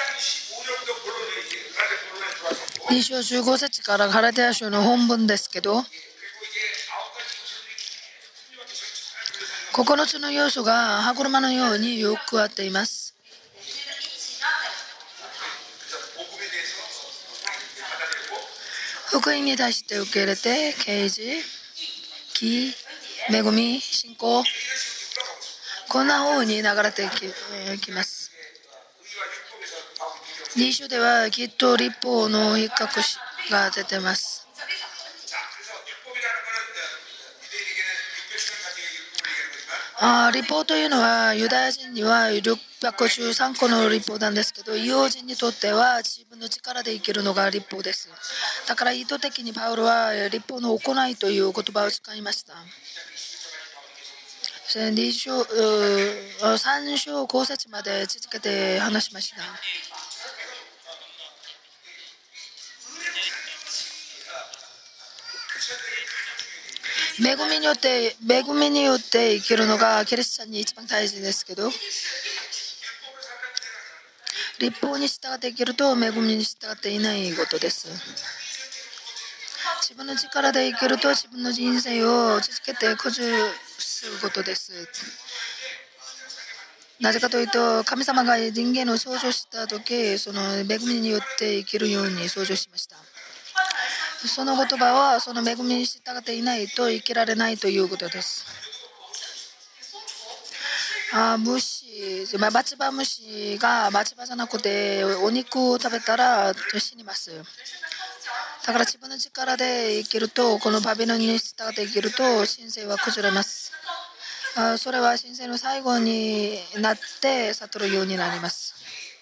2章15節からガラテヤ書の本文ですけど、9つの要素が歯車のようによく合っています。福音に対して受け入れて、啓示、義、恵み、信仰、こんな風に流れてきます。2章ではきっと律法の比較が出ています。律法というのはユダヤ人には613個の律法なんですけど、異邦人にとっては自分の力で生きるのが律法です。だから意図的にパウロは律法の行いという言葉を使いました。3章5節まで続けて話しました。恵みによって生きるのがキリスチャンに一番大事ですけど、律法に従って生きると恵みに従っていないことです。自分の力で生きると自分の人生を続けて崩すことです。なぜかというと、神様が人間を創造したとき、その恵みによって生きるように創造しました。その言葉はその恵みに従っていないと生きられないということです。松葉虫が松葉じゃなくてお肉を食べたら死にます。だから自分の力で生きると、このバビロンに従って生きると神聖は崩れます。それは神聖の最後になって悟るようになります。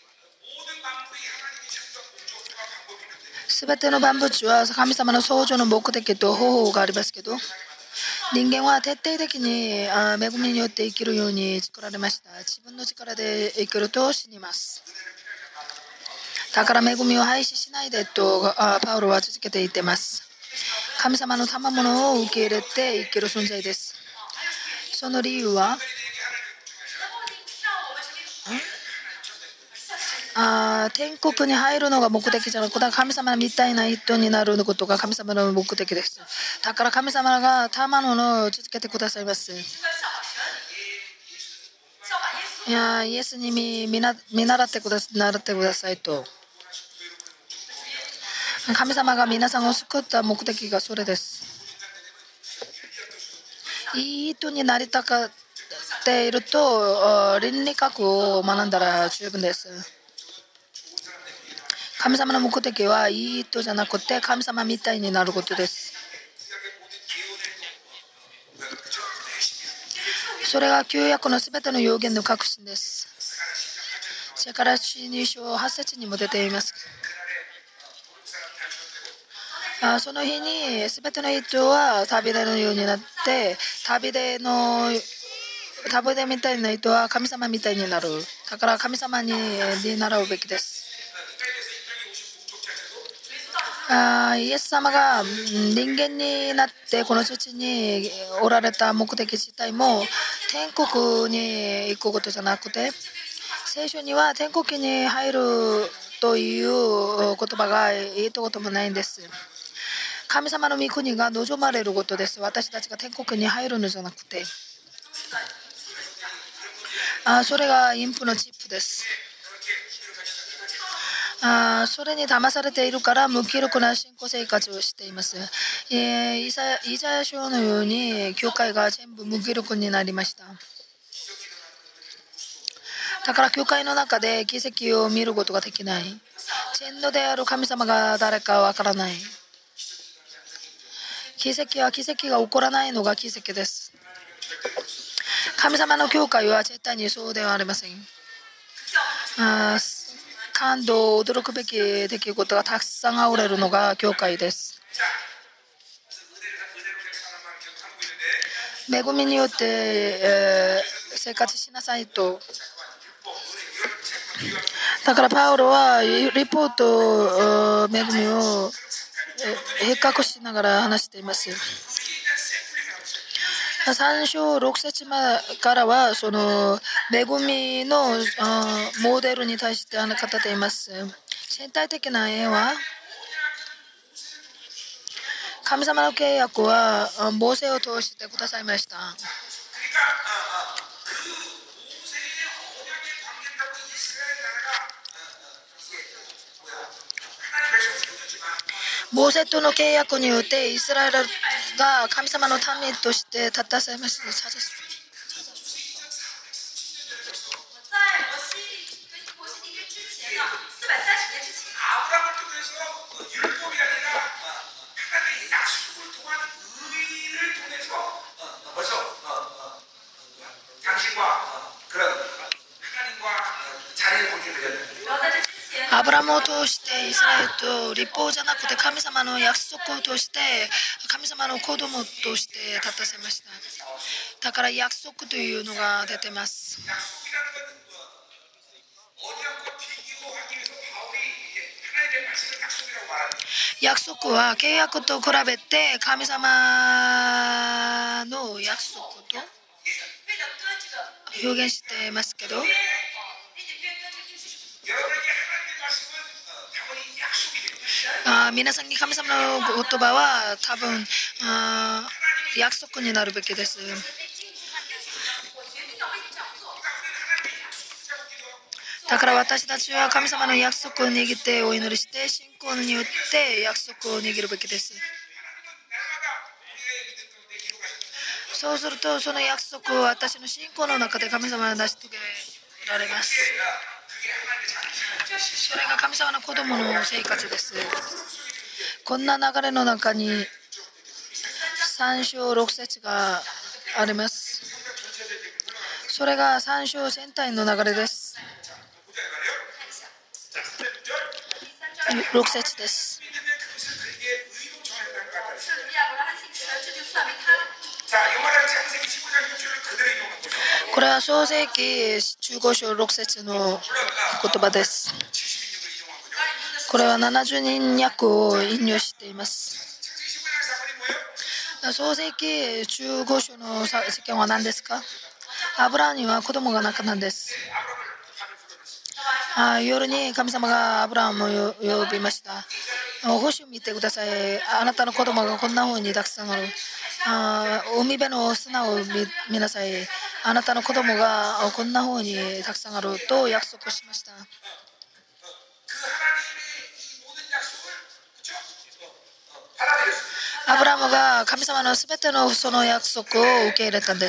すべての万物は神様の創造の目的と方法がありますけど、人間は徹底的に恵みによって生きるように作られました。自分の力で生きると死にます。だから恵みを廃止しないでとパウロは続けて言っています。神様の賜物を受け入れて生きる存在です。その理由は天国に入るのが目的じゃなくて、神様みたいな人になることが神様の目的です。だから神様が賜物を続けてくださいます。イエスに見習ってくださいと。神様が皆さんを救った目的がそれです。いい人になりたかっていると、倫理学を学んだら十分です。神様の目的はいい人じゃなくて神様みたいになることです。それが旧約のすべての預言の核心です。セカラ2章8節にも出ています。その日にすべての人は旅出のようになって、旅出みたいな人は神様みたいになる。だから神様に習うべきです。イエス様が人間になってこの土地におられた目的自体も天国に行くことじゃなくて、聖書には天国に入るという言葉がいいとこともないんです。神様の御国が望まれることです。私たちが天国に入るのじゃなくて、それがインプのチップです。それに騙されているから無気力な信仰生活をしています。イザヤ書のように教会が全部無気力になりました。だから教会の中で奇跡を見ることができない。全能である神様が誰かわからない。奇跡が起こらないのが奇跡です。神様の教会は絶対にそうではありません。感動、驚くべき出来事がたくさんあふれるのが教会です。恵みによって、生活しなさいと。だからパウロはリポート恵みを比較しながら話しています。 3章6節からはその恵みのモデルに対して語っています。身体的な絵は神様の契約はモーセを通してくださいました。モーセとの契約によってイスラエルが神様の民として立たせました。アブラムを通してイスラエルと立法じゃなくて神様の約束を通して神様の子供として立たせました。だから約束というのが出てます。約束は契約と比べて神様の約束と表現していますけど、皆さんに神様の言葉は多分約束になるべきです。だから私たちは神様の約束を握ってお祈りして信仰によって約束を握るべきです。そうするとその約束を私の信仰の中で神様が成し遂げられます。それが神様の子供の生活です。こんな流れの中に3章6節があります。それが3章全体の流れです。6節です。これは創世記15章6節の言葉です。これは70人訳を引用しています。創世記15章の世間は何ですか？アブラハムには子供がなかったんです。夜に神様がアブラハムを呼びました。星を見てください。あなたの子供がこんな風にたくさんある。海辺の砂を 見なさい。あなたの子供がこんな風にたくさんあると約束しました。アブラハムが神様のすべてのその約束を受け入れたんです。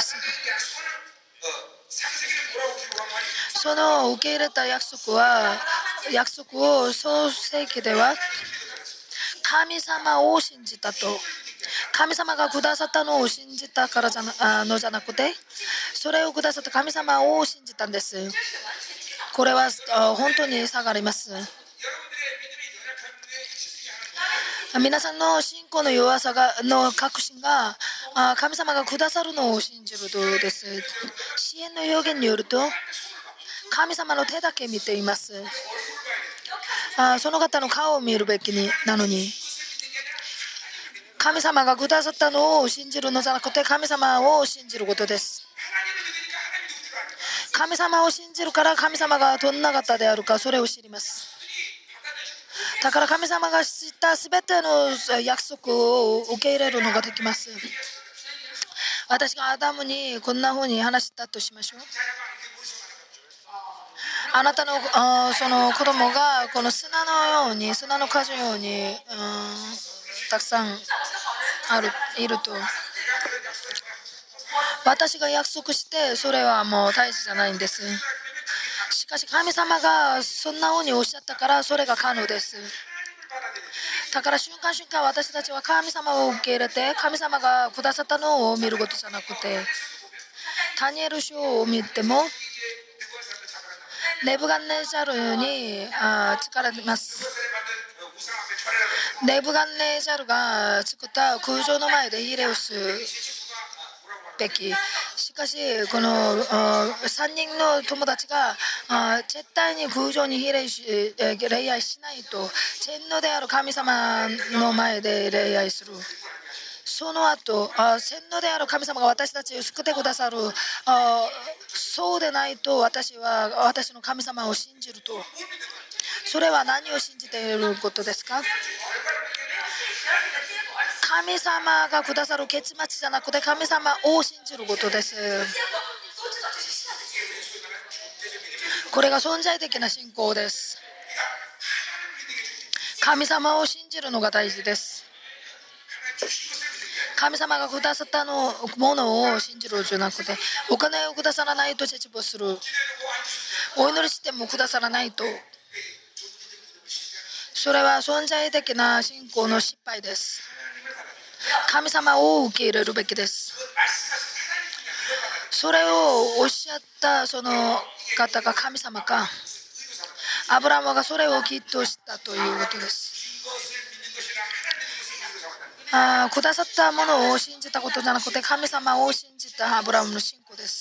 その受け入れた約束を創世記では神様を信じたと、神様がくださったのを信じたからじゃなくて、それをくださった神様を信じたんです。これは本当に差があります。皆さんの信仰の弱さの確信が神様がくださるのを信じるとです。支援の表現によると神様の手だけ見ています。その方の顔を見るべきなのに、神様がくださったのを信じるのじゃなくて神様を信じることです。神様を信じるから神様がどんな方であるかそれを知ります。だから神様が知ったすべての約束を受け入れるのができます。私がアダムにこんな風に話したとしましょう。あなたのその子供がこの砂の数のようにたくさんいると、私が約束してそれはもう大事じゃないんです。しかし神様がそんな風におっしゃったからそれが可能です。だから瞬間瞬間私たちは神様を受け入れて神様がくださったのを見ることじゃなくて、ダニエル書を見てもネブカドネザルに力がます。ネブカドネザルが作った空城の前でひれをすべき。しかしこの3人の友達が絶対に空城に礼拝しないと、天皇である神様の前で礼拝する。 その後、洗脳である神様が私たちを救ってくださる。そうでないと私は私の神様を信じると。それは何を信じていることですか？神様がくださる結末じゃなくて神様を信じることです。これが存在的な信仰です。神様を信じるのが大事です。神様がくださったものを信じるじゃなくて、お金をくださらないと絶望する。お祈りしてもくださらないと、それは存在的な信仰の失敗です。神様を受け入れるべきです。それをおっしゃったその方が神様か、アブラハムがそれをきっとしたということです。くださったものを信じたことじゃなくて神様を信じたアブラハムの信仰です。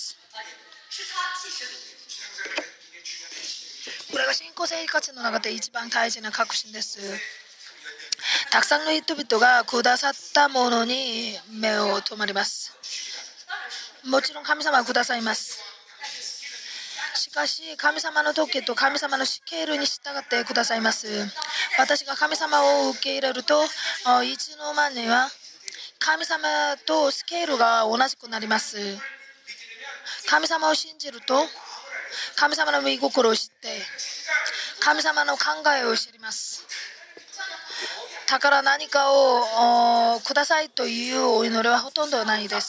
これが信仰生活の中で一番大事な確信です。たくさんの人々がくださったものに目を留まります。もちろん神様はくださいます。しかし神様の時と神様のスケールに従ってくださいます。私が神様を受け入れると、いつの間には神様とスケールが同じくなります。神様を信じると神様の御心を知って神様の考えを知ります。だから何かをくださいというお祈りはほとんどないです。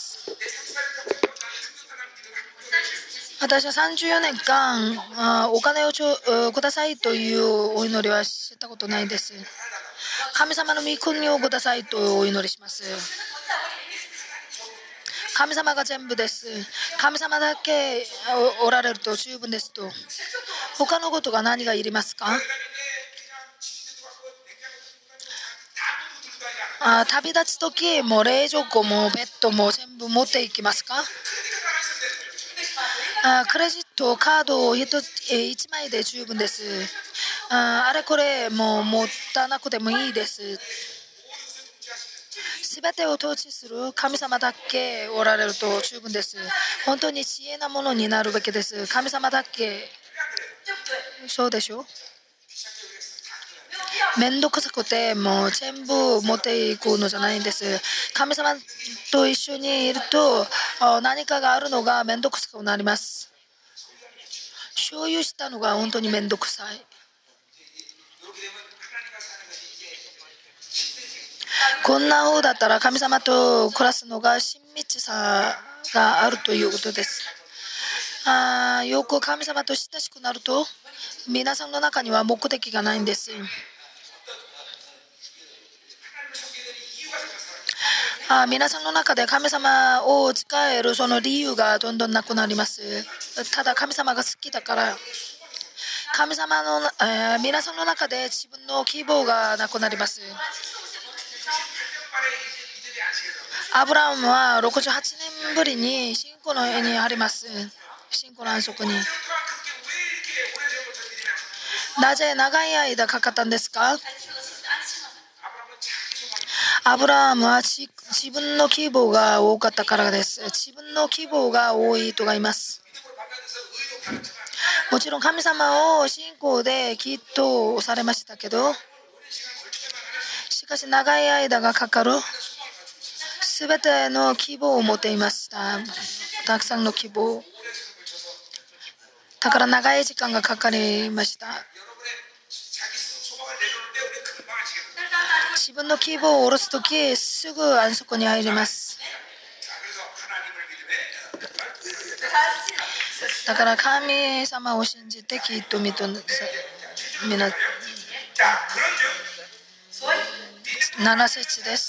私は34年間お金をくださいというお祈りは知ったことないです。神様の御国をくださいとお祈りします。神様が全部です。神様だけおられると十分ですと。他のことが何がいりますか？旅立つときも冷蔵庫もベッドも全部持っていきますか？クレジットカードを1枚で十分です。あれこれもう持たなくてもいいです。すべてを統治する神様だけおられると十分です。本当に知恵なものになるべきです。神様だけ。そうでしょう。めんどくさくてもう全部持っていくのじゃないんです。神様と一緒にいると何かがあるのがめんどくさくなります。所有したのが本当にめんどくさい。こんな方だったら神様と暮らすのが親密さがあるということです。よく神様と親しくなると皆さんの中には目的がないんです。皆さんの中で神様を使えるその理由がどんどんなくなります。ただ神様が好きだから神様の、皆さんの中で自分の希望がなくなります。アブラハムは68年ぶりに信仰の絵にあります。信仰の安息に。なぜ長い間かかったんですか？アブラハムは自分の希望が多かったからです。自分の希望が多い人がいます。もちろん神様を信仰できっとされましたけど、しかし長い間がかかる。すべての希望を持っていました。たくさんの希望。だから長い時間がかかりました。自分の希望を下ろすときすぐ安息に入ります。だから神様を信じてきっとみな7節です。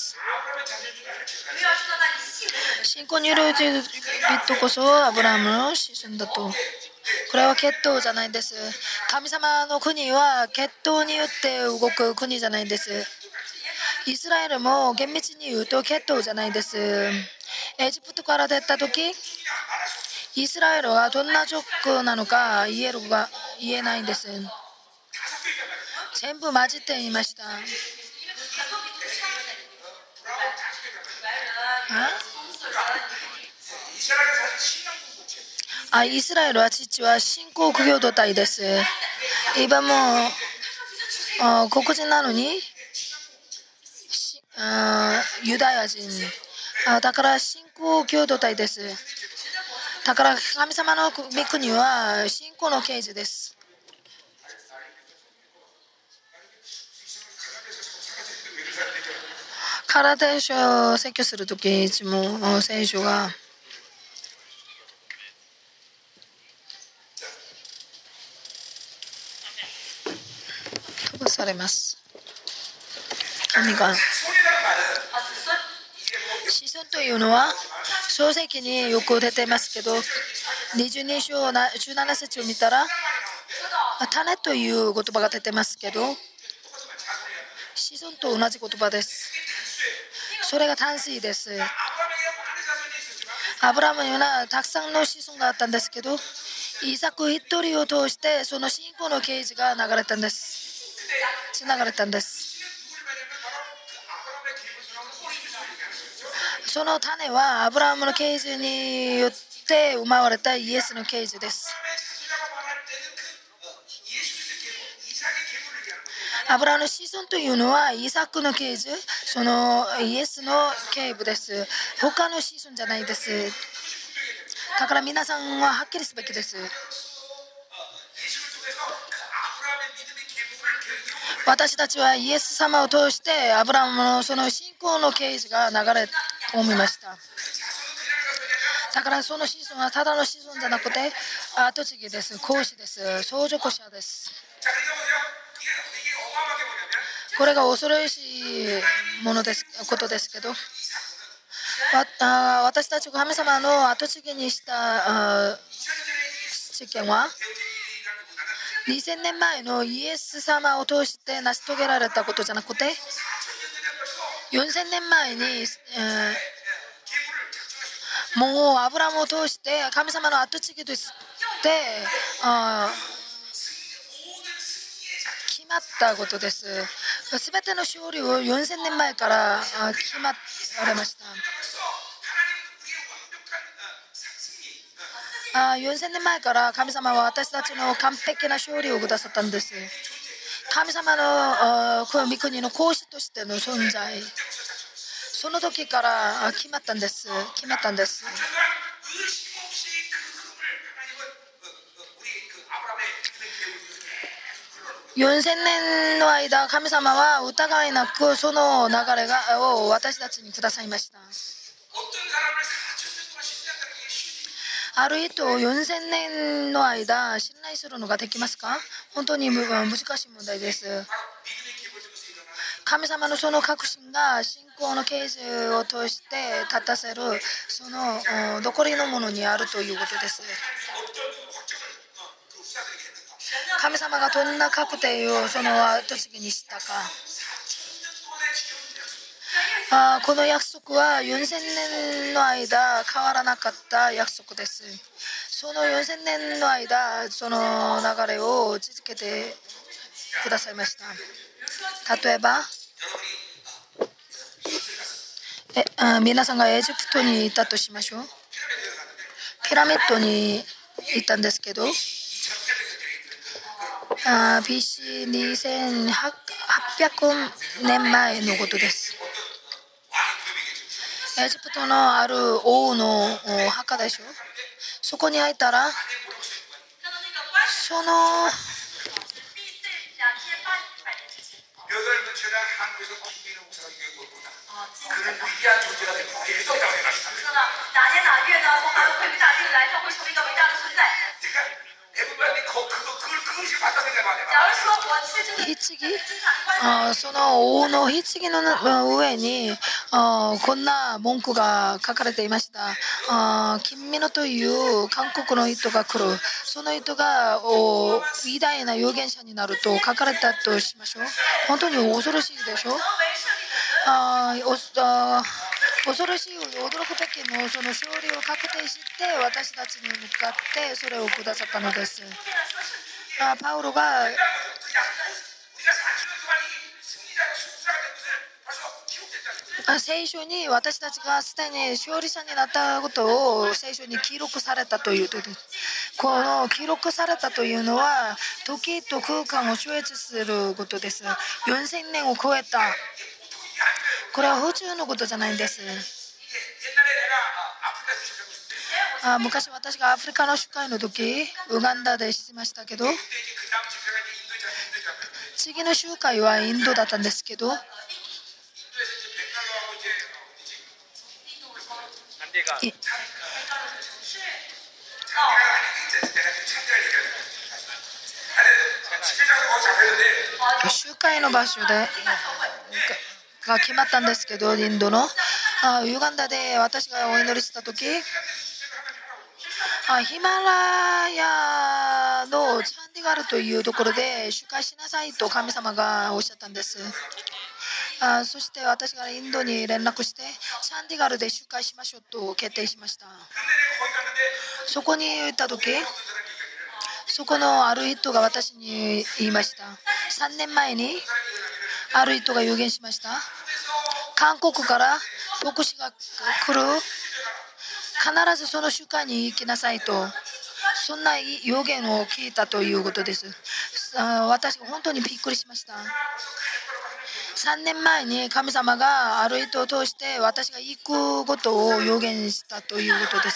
信仰による人こそアブラハムの子孫だと。これは血統じゃないです。神様の国は血統によって動く国じゃないです。イスラエルも厳密に言うと血統じゃないです。エジプトから出た時イスラエルはどんな族なのか言えないんです。全部混じっていました。 イスラエルは父は新興国領土体です。今も黒人なのにユダヤ人だから新興共同体です。だから神様の御国は信仰の啓示です。体を説教するときいつも聖書が飛ばされます。神が子孫というのは創世記によく出てますけど、22章17節を見たら種という言葉が出てますけど、子孫と同じ言葉です。それが単数です。アブラハムにはたくさんの子孫があったんですけど、イサク一人を通してその信仰の啓示が流れたんです。つながれたんです。その種はアブラハムの啓示によって生まれたイエスの啓示です。アブラハムの子孫というのはイサクの啓示、そのイエスの啓示です。他の子孫じゃないです。だから皆さんははっきりすべきです。私たちはイエス様を通してアブラハムのその信仰の啓示が流れ込みました。だからその子孫はただの子孫じゃなくて跡継ぎです。皇嗣です。相続者です。これが恐ろしいことですけど、私たちが神様の跡継ぎにした事件は2000年前のイエス様を通して成し遂げられたことじゃなくて、4000年前に、もうアブラハムを通して神様の跡継ぎとして決まったことです。すべての勝利を4000年前から決まられました。4000年前から神様は私たちの完璧な勝利をくださったんです。神様の御国の皇嗣としての存在、その時から決まったんです。4000年の間、神様は疑いなくその流れを私たちにくださいました。ある人を4000年の間信頼するのができますか？本当に難しい問題です。神様のその確信が信仰の啓示を通して立たせるその残りのものにあるということです。神様がどんな確定をその後継ぎにしたか。この約束は4000年の間変わらなかった約束です。その4000年の間その流れを続けてくださいました。例えば皆さんがエジプトに行ったとしましょう。ピラミッドに行ったんですけど、BC2800 年前のことです。エジプトのある王の墓でしょ。そこに入ったらその棺、その王の棺の上にこんな文句が書かれていました。金ミノという韓国の人が来る。その人が偉大な預言者になると書かれたとしましょう。本当に恐ろしいでしょ。恐ろしい驚く的のその勝利を確定して私たちに向かってそれをくださったのです。パウロが聖書に私たちがすでに勝利者になったことを聖書に記録されたということです。この記録されたというのは時と空間を超越することです。4000年を超えた。これは普通のことじゃないんです。昔私がアフリカの集会の時ウガンダでしましたけど、次の集会はインドだったんですけど、集会の場所でが決まったんですけど、インドのウガンダで私がお祈りした時、ヒマラヤのチャンディガルというところで集会しなさいと神様がおっしゃったんです。そして私がインドに連絡してチャンディガルで集会しましょうと決定しました。そこに行った時、そこのある人が私に言いました。3年前にある人が予言しました。韓国から牧師が来る、必ずその集会に行きなさいと、そんな予言を聞いたということです。私が本当にびっくりしました。3年前に神様がある人を通して私が行くことを予言したということです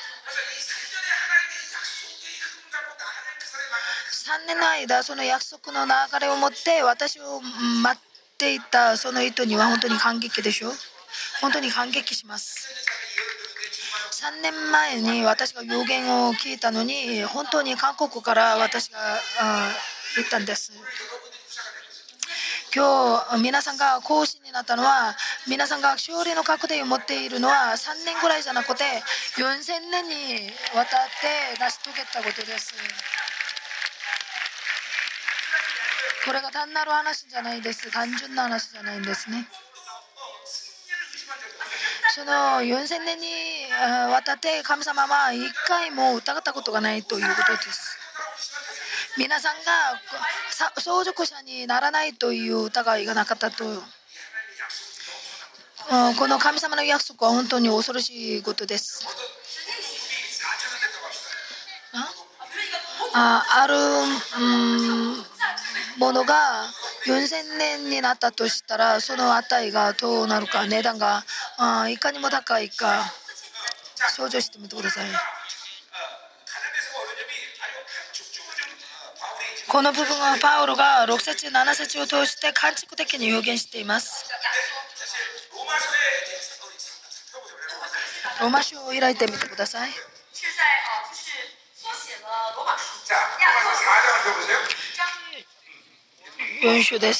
。3年の間その約束の流れを持って私を待っていたその人には本当に感激でしょ。本当に感激します。3年前に私が予言を聞いたのに本当に韓国から私が言ったんです。今日皆さんが講師になったのは、皆さんが勝利の確定を持っているのは3年ぐらいじゃなくて4000年にわたって成し遂げたことです。これが単なる話じゃないです。単純な話じゃないんですね。その4000年にわたって神様は一回も疑ったことがないということです。皆さんが相続者にならないという疑いがなかったと。この神様の約束は本当に恐ろしいことです。あるものが4000年になったとしたら、その値がどうなるか、値段がいかにも高いか想像してみてください。この部分はパウロが6節7節を通して感触的に表現しています。ローマ書を開いてみてください。4章です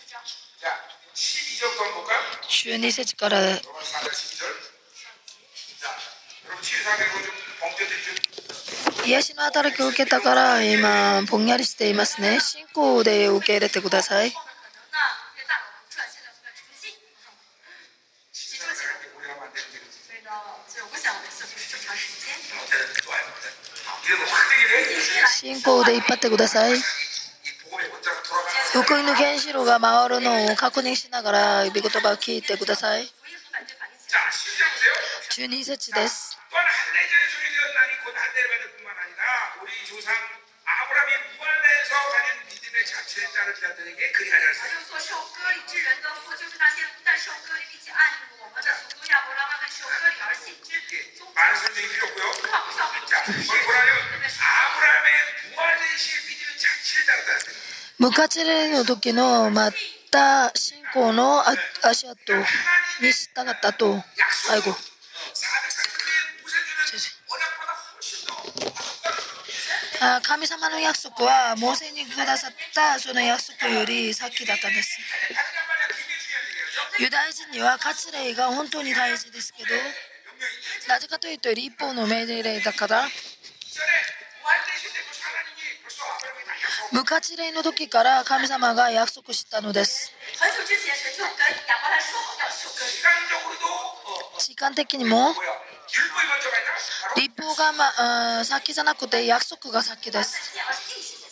。12節から癒しの働きを受けたから今ぼんやりしていますね。信仰で受け入れてください。信仰で引っ張ってください。福音の原子炉が回るのを確認しながら御言葉を聞いてください。12節です。無価値例の時のまた信仰の足跡に従ったと。神様の約束はモーセにくださったその約束より先だったんです。ユダヤ人には価値例が本当に大事ですけど、なぜかというと立法の命令だから。無価値例の時から神様が約束したのです。時間的にも立法が先じゃなくて約束が先です。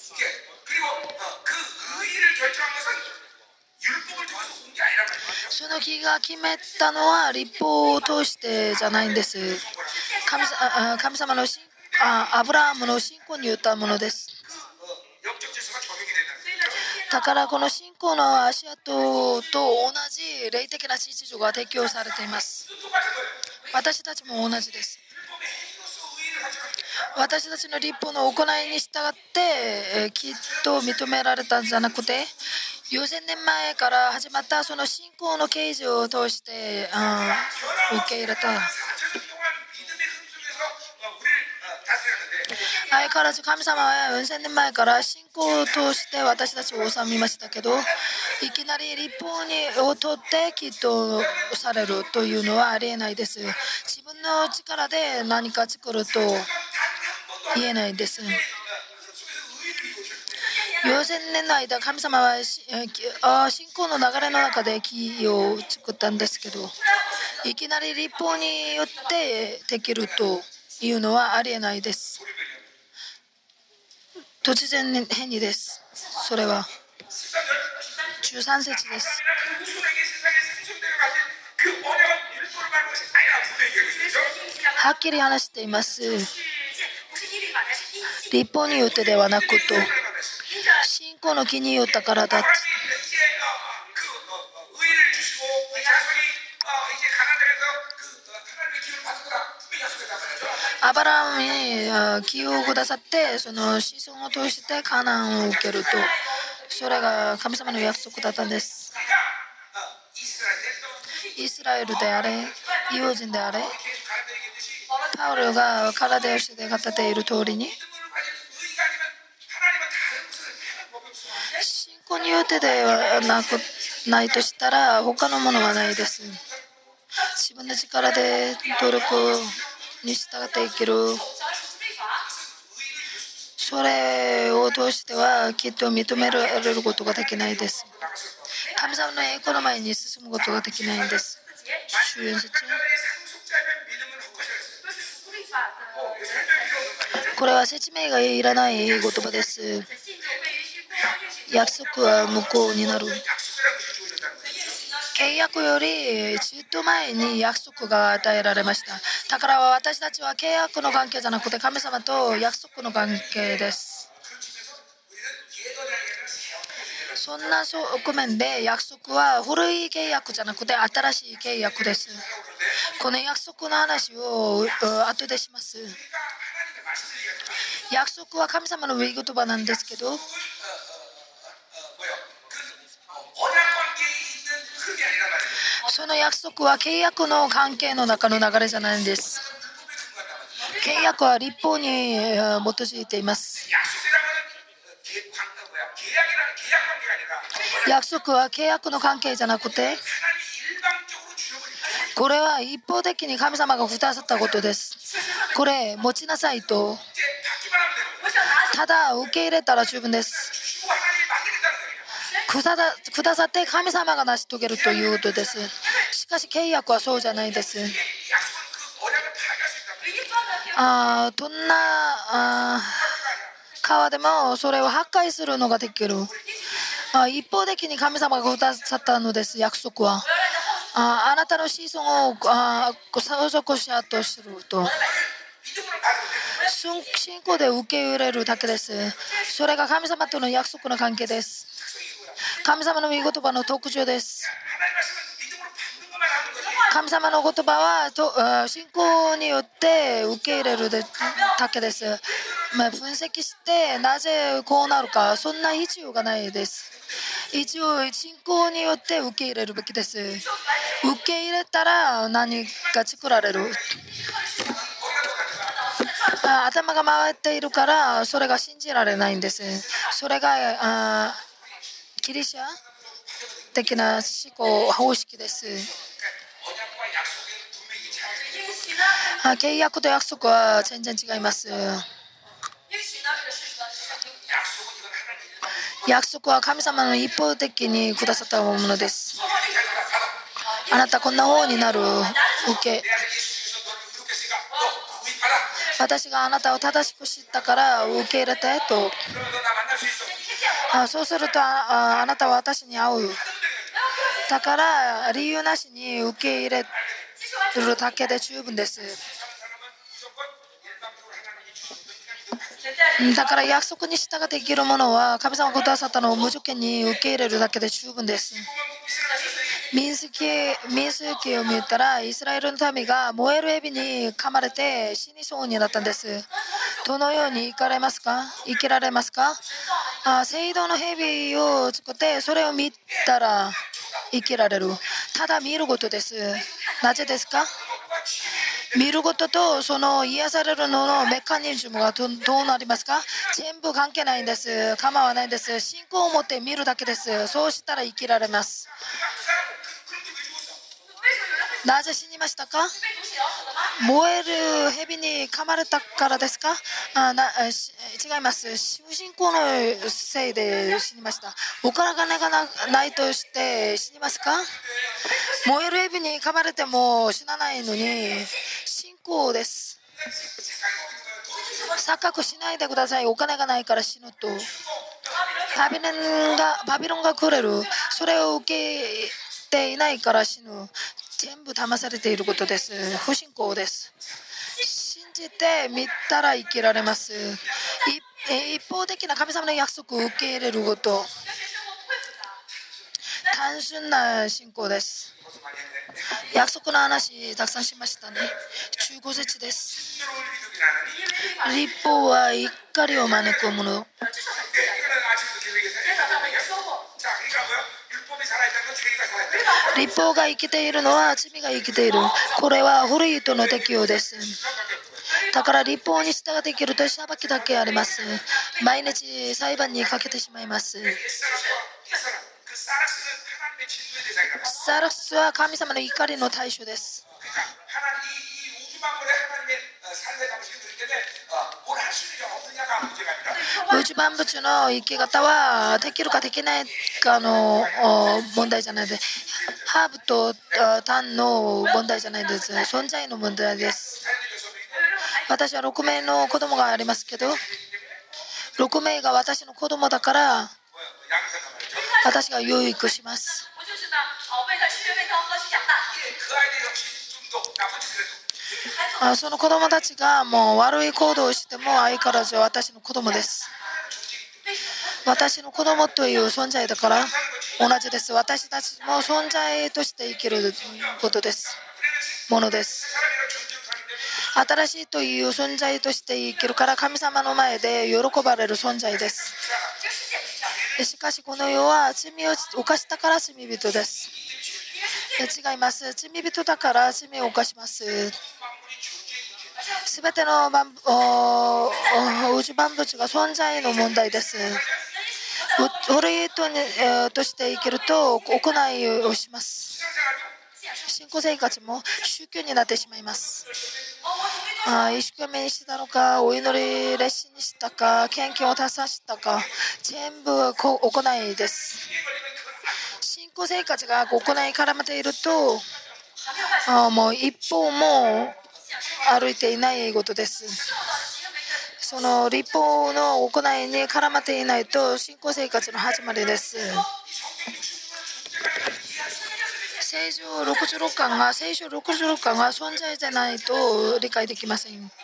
そのの木が決めたのは立法を通してじゃないんです。神様のアブラハムの信仰によったものです。だからこの信仰の足跡と同じ霊的な秩序が適用されています。私たちも同じです。私たちの立法の行いに従ってきっと認められたんじゃなくて、4000年前から始まったその信仰の啓示を通して受け入れた。相変わらず神様は4000年前から信仰を通して私たちを治めましたけど、いきなり立法を取ってきっとされるというのはありえないです。自分の力で何か作ると言えないです。4000年の間、神様は信仰の流れの中で木を作ったんですけど、いきなり立法によってできるというのはありえないです。突然変異です。それは13節です。はっきり話しています。立法によってではなくと、信仰の木によったからだ。アブラハムに木をくださって、その子孫を通してカナンを受けると、それが神様の約束だったんです。イスラエルであれ、異邦人であれ、パウロが体をして語っている通りに、信仰によってではないとしたら他のものはないです。自分の力で努力に従って生きる、それを通してはきっと認められることができないです。神様の栄光の前に進むことができないんです。これは説明がいらない言葉です。約束は無効になる。契約よりずっと前に約束が与えられました。だから私たちは契約の関係じゃなくて神様と約束の関係です。そんな側面で約束は古い契約じゃなくて新しい契約です。この約束の話を後でします。約束は神様の御言葉なんですけど、その約束は契約の関係の中の流れじゃないんです。契約は立法に基づいています。約束は契約の関係じゃなくて、これは一方的に神様がくださったことです。これ持ちなさいと、ただ受け入れたら十分です。くださって神様が成し遂げるということです。しかし契約はそうじゃないです。どんな川でもそれを破壊するのができる。一方的に神様がくださったのです。約束はあなたの子孫を相続者とすると、信仰で受け入れるだけです。それが神様との約束の関係です。神様の御言葉の特徴です。神様の言葉は信仰によって受け入れるだけです。分析してなぜこうなるか、そんな必要がないです。一応信仰によって受け入れるべきです。受け入れたら何か作られる。頭が回っているからそれが信じられないんです。それがギリシャ的な思考方式です。契約と約束は全然違います。約束は神様の一方的にくださったものです。あなたこんな方になる、受け、私があなたを正しく知ったから受け入れてと。そうするとあなたは私に会う。 だから理由なしに受け入れるだけで十分です。だから約束に従って生きるものは神様がくださったのを無条件に受け入れるだけで十分です。民数記を見たらイスラエルの民が燃える蛇に噛まれて死にそうになったんです。どのように生きられますか？聖堂の蛇を作ってそれを見たら生きられる。ただ見ることです。なぜですか？見ることとその癒されるののメカニズムがどうなりますか？全部関係ないんです。構わないんです。信仰を持って見るだけです。そうしたら生きられます。なぜ死にましたか？燃える蛇に噛まれたからですか？違います。信仰のせいで死にました。お金がないとして死にますか？燃える蛇に噛まれても死なないのに信仰です。錯覚しないでください。お金がないから死ぬと。バビロンが来れる。それを受けていないから死ぬ。全部騙されていることです。不信仰です。信じてみたら生きられます。一方的な神様の約束を受け入れること。単純な信仰です。約束の話たくさんしましたね。15節です。律法は怒りを招くもの。律法が生きているのは罪が生きている。これは古い人の適用です。だから律法に従って生きると裁きだけあります。毎日裁判にかけてしまいます。サラスは神様の怒りの対象です。宇宙万物の生き方はできるかできないかの問題じゃないです。ハーブと単の問題じゃないです。存在の問題です。私は6名の子供がありますけど、6名が私の子供だから私が養育します。その子供たちがもう悪い行動をしても相変わらず私の子供です。私の子供という存在だから同じです。私たちも存在として生きることです。ものです。新しいという存在として生きるから神様の前で喜ばれる存在です。しかしこの世は罪を犯したから罪人です。違います。罪人だから罪を犯します。すべての宇宙万物が存在の問題です。悪い人として生きると行いをします。信仰生活も宗教になってしまいます。一生懸命にしたのか、お祈り熱心にしたか、献金を達成したか、全部行いです。信仰生活が行い絡めていると、もう一歩も歩いていないことです。その律法の行いに絡まっていないと信仰生活の始まりです。聖書66巻が存在じゃないと理解できません。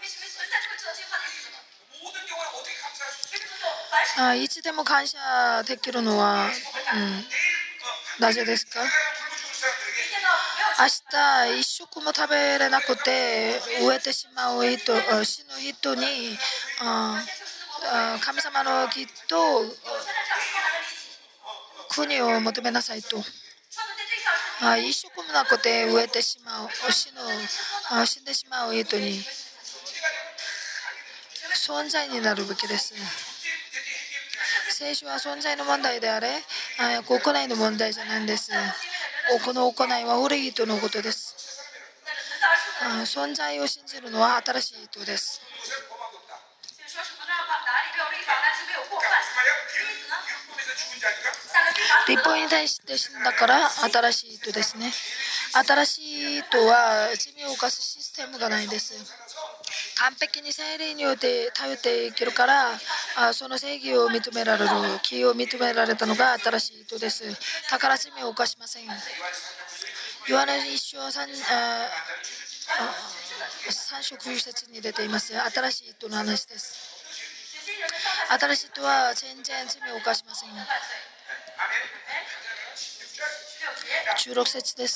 いつでも感謝できるのは、なぜですか？明日一食も食べれなくて飢えてしまう人、死ぬ人に神様の義と国を求めなさいと。一食もなくて飢えてしまう、死んでしまう人に存在になるべきです。聖書は存在の問題であれ、行いの問題じゃないんです。この行いは古い人のことです。存在を信じるのは新しい人です。律法に対して死んだから新しい人ですね。新しい人は罪を犯すシステムがないです。完璧に聖霊によって頼って生きるからその正義を認められる、義を認められたのが新しい人です。だから罪を犯しません。ヨハネ一章三章9節に出ています。新しい人の話です。新しい人は全然罪を犯しません。16節です。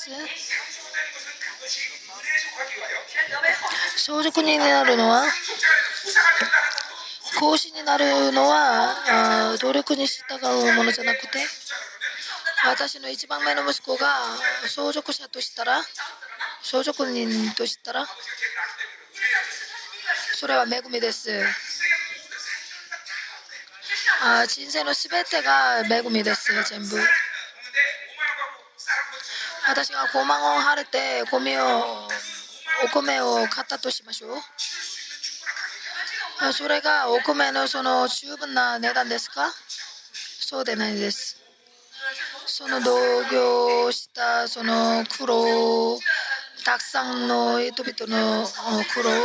相続人になるのは、皇嗣になるのは努力に従うものじゃなくて、私の一番目の息子が相続者としたら、相続人としたら、それは恵みです。人生のすべてが恵みです。全部。私が5万ウォン払ってお米を買ったとしましょう。それがお米のその十分な値段ですか？そうでないです。その同業したその苦労、たくさんの人々の苦労、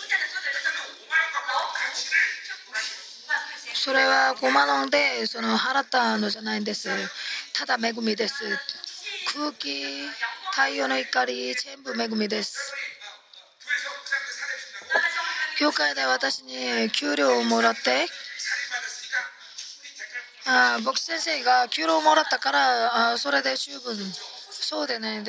それは5万ウォンでその払ったのじゃないんです。ただ恵みです。空気、太陽の光、全部恵みです。教会で私に給料をもらって、牧師先生が給料をもらったからそれで十分、そうでないんです。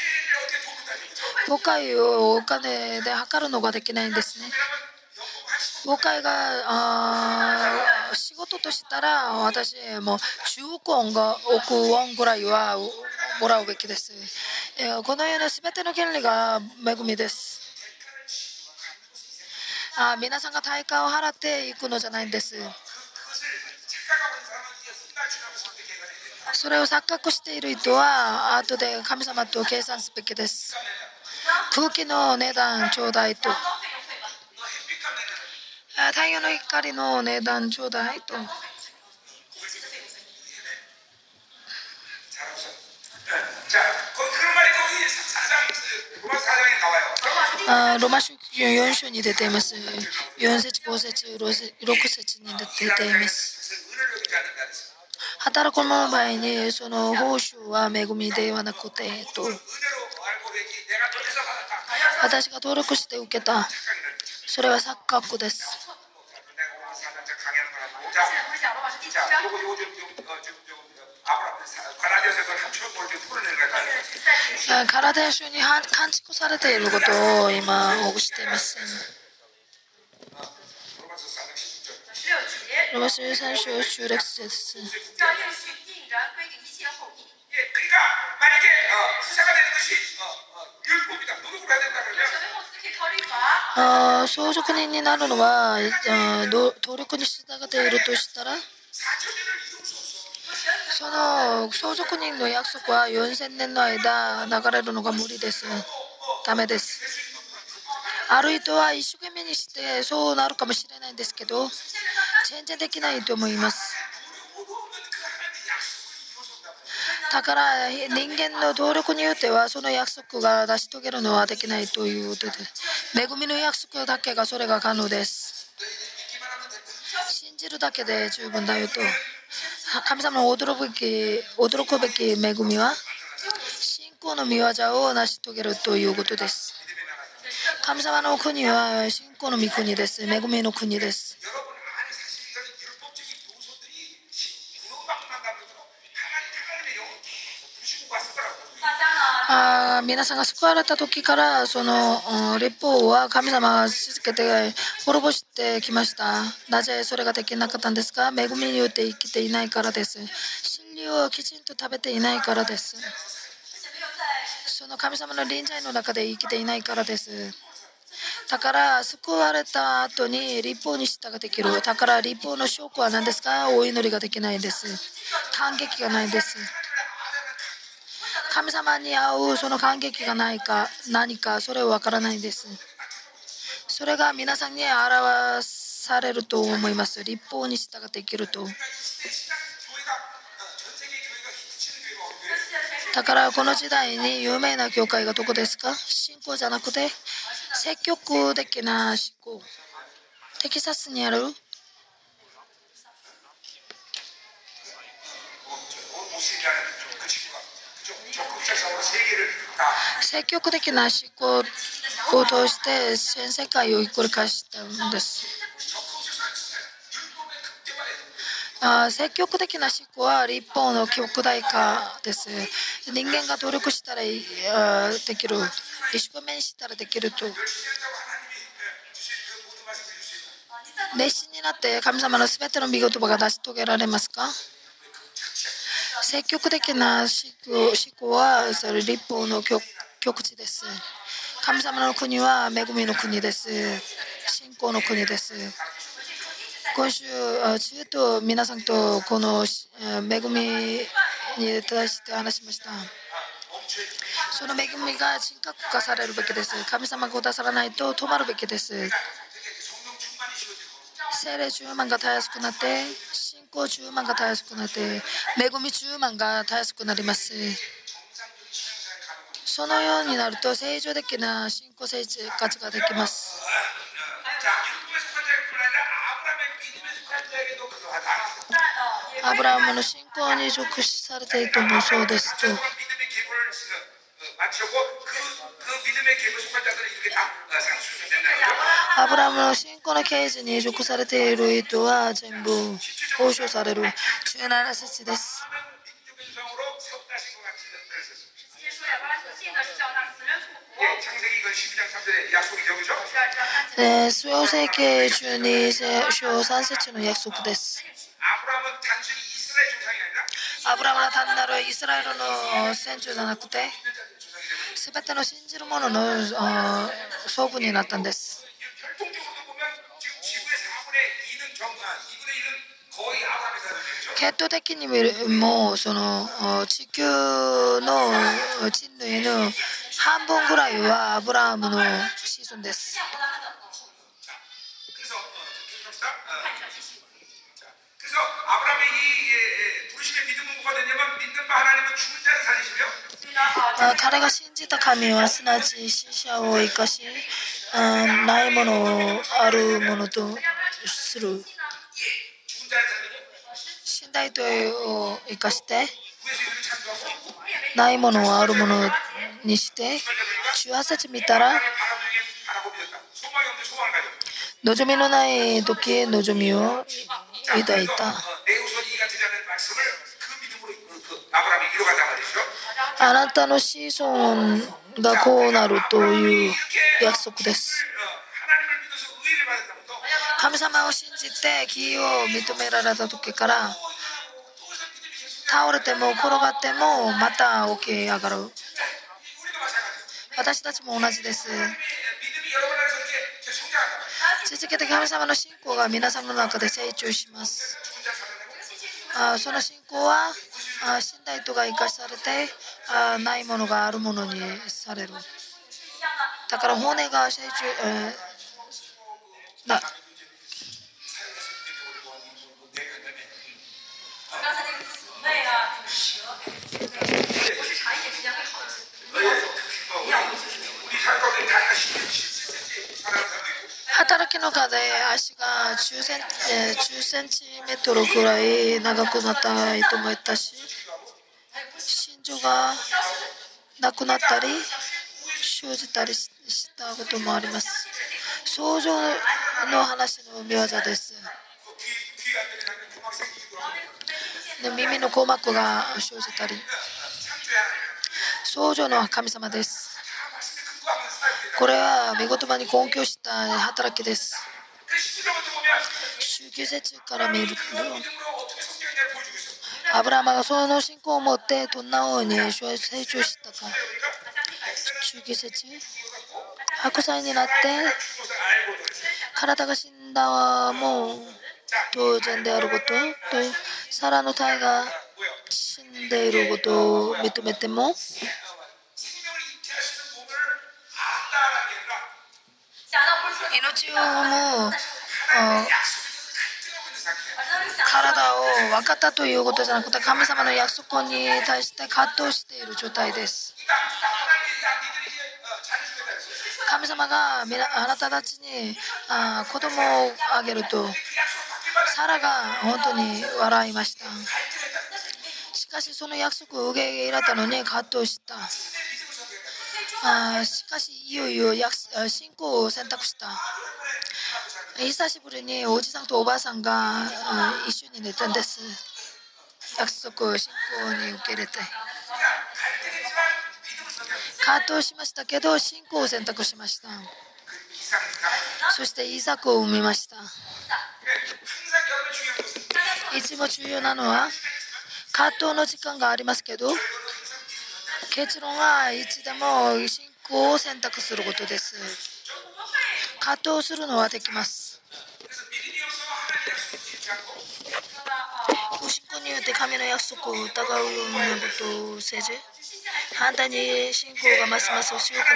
母会をお金で測るのができないんですね。母会が仕事としたら、私も10億ウォンぐらいはもらうべきです。このような全ての権利が恵みです。皆さんが対価を払っていくのじゃないんです。それを錯覚している人は後で神様と計算すべきです。空気の値段ちょうだいと、太陽の光の値段ちょうだいと。ロマ書4章に出ています。4節5節6節に出ています。働く者の場合にその報酬は恵みではなくてと、私が登録して受けた、それは錯覚です。ガラテヤ書に完築されていることを今ほぐしています。ロマ書13章16節。相続人になるのは努力に従っているとしたら、その相続人の約束は4000年の間流れるのが無理です。ダメです。ある人は一生懸命にしてそうなるかもしれないんですけど、全然できないと思います。だから人間の努力によってはその約束が成し遂げるのはできないということで、恵みの約束だけがそれが可能です。信じるだけで十分だよと。神様の驚くべき恵みは信仰の御業を成し遂げるということです。神様の国は信仰の御国です。恵みの国です。皆さんが救われた時からその立法は神様が続けて滅ぼしてきました。なぜそれができなかったんですか？恵みによって生きていないからです。真理をきちんと食べていないからです。その神様の臨在の中で生きていないからです。だから救われた後に立法に従ってできる。だから立法の証拠は何ですか？お祈りができないです。感激がないです。神様に会うその感激がないか何か、それは分からないです。それが皆さんに表されると思います。立法に従って生きると。だからこの時代に有名な教会がどこですか？信仰じゃなくて積極的な信仰。テキサスにある積極的な思考を通して全世界をひっくり返したんです。積極的な思考は立法の極大化です。人間が努力したらできる、一生懸命したらできると。熱心になって神様のすべての御言葉が成し遂げられますか？積極的な思考はそれ立法の極致です。神様の国は恵みの国です。信仰の国です。今週ずっと皆さんとこの恵みに対して話しました。その恵みが人格化されるべきです。神様がくださらないと止まるべきです。聖霊10万がたやすくなって、信仰10万がたやすくなって、恵み10万がたやすくなります。そのようになると正常的な信仰生活ができます。アブラハムの信仰に属しされているともそうですと。アブラハムの信仰の啓示に属されている人は全部報奨される。17節です。創世記12章3節の約束です。アブラハムは単なるイスラエルの先祖じゃなくて、すべての信じる者の総分になったんです。血統的にもその地球の人類の半分ぐらいはアブラハムの子孫です。彼が信じた神はすなわち死者を生かし、ないものをあるものとする。死んだ人を生かしてないものをあるものにして、18節見たら、望みのない時望みを抱いた。あなたの子孫がこうなるという約束です。神様を信じて義を認められた時から、倒れても転がってもまた起き上がる。私たちも同じです。続けて神様の信仰が皆さんの中で成長します。その信仰は死んだ人が生かされて、ないものがあるものにされる。だから骨が成長、働きの中で足が10センチメートルくらい長くなった人もいたし、心臓がなくなったり生じたりしたこともあります。想像の話の見業です。耳の鼓膜が生じたり、創造の神様です。これは御言葉に根拠した働きです。19節から見ると、アブラハムがその信仰を持ってどんなように成長したか。19節、白菜になって体が死んだも当然であることと、サラの体が死んでいることを認めても、命を生む体を分かったということじゃなくて、神様の約束に対して葛藤している状態です。神様があなたたちに子供をあげると、サラが本当に笑いました。しかしその約束を受け入れたのに葛藤した。しかしいよいよ信仰を選択した。久しぶりにおじさんとおばあさんが一緒に寝たんです。約束を信仰に受け入れて葛藤しましたけど信仰を選択しました。そしてイサクを産みました。いつも重要なのは葛藤の時間がありますけど結論はいつでも信仰を選択することです。葛藤するのはできます。不信仰によって神の約束を疑うようなことをせず反対に信仰がますます強くなった。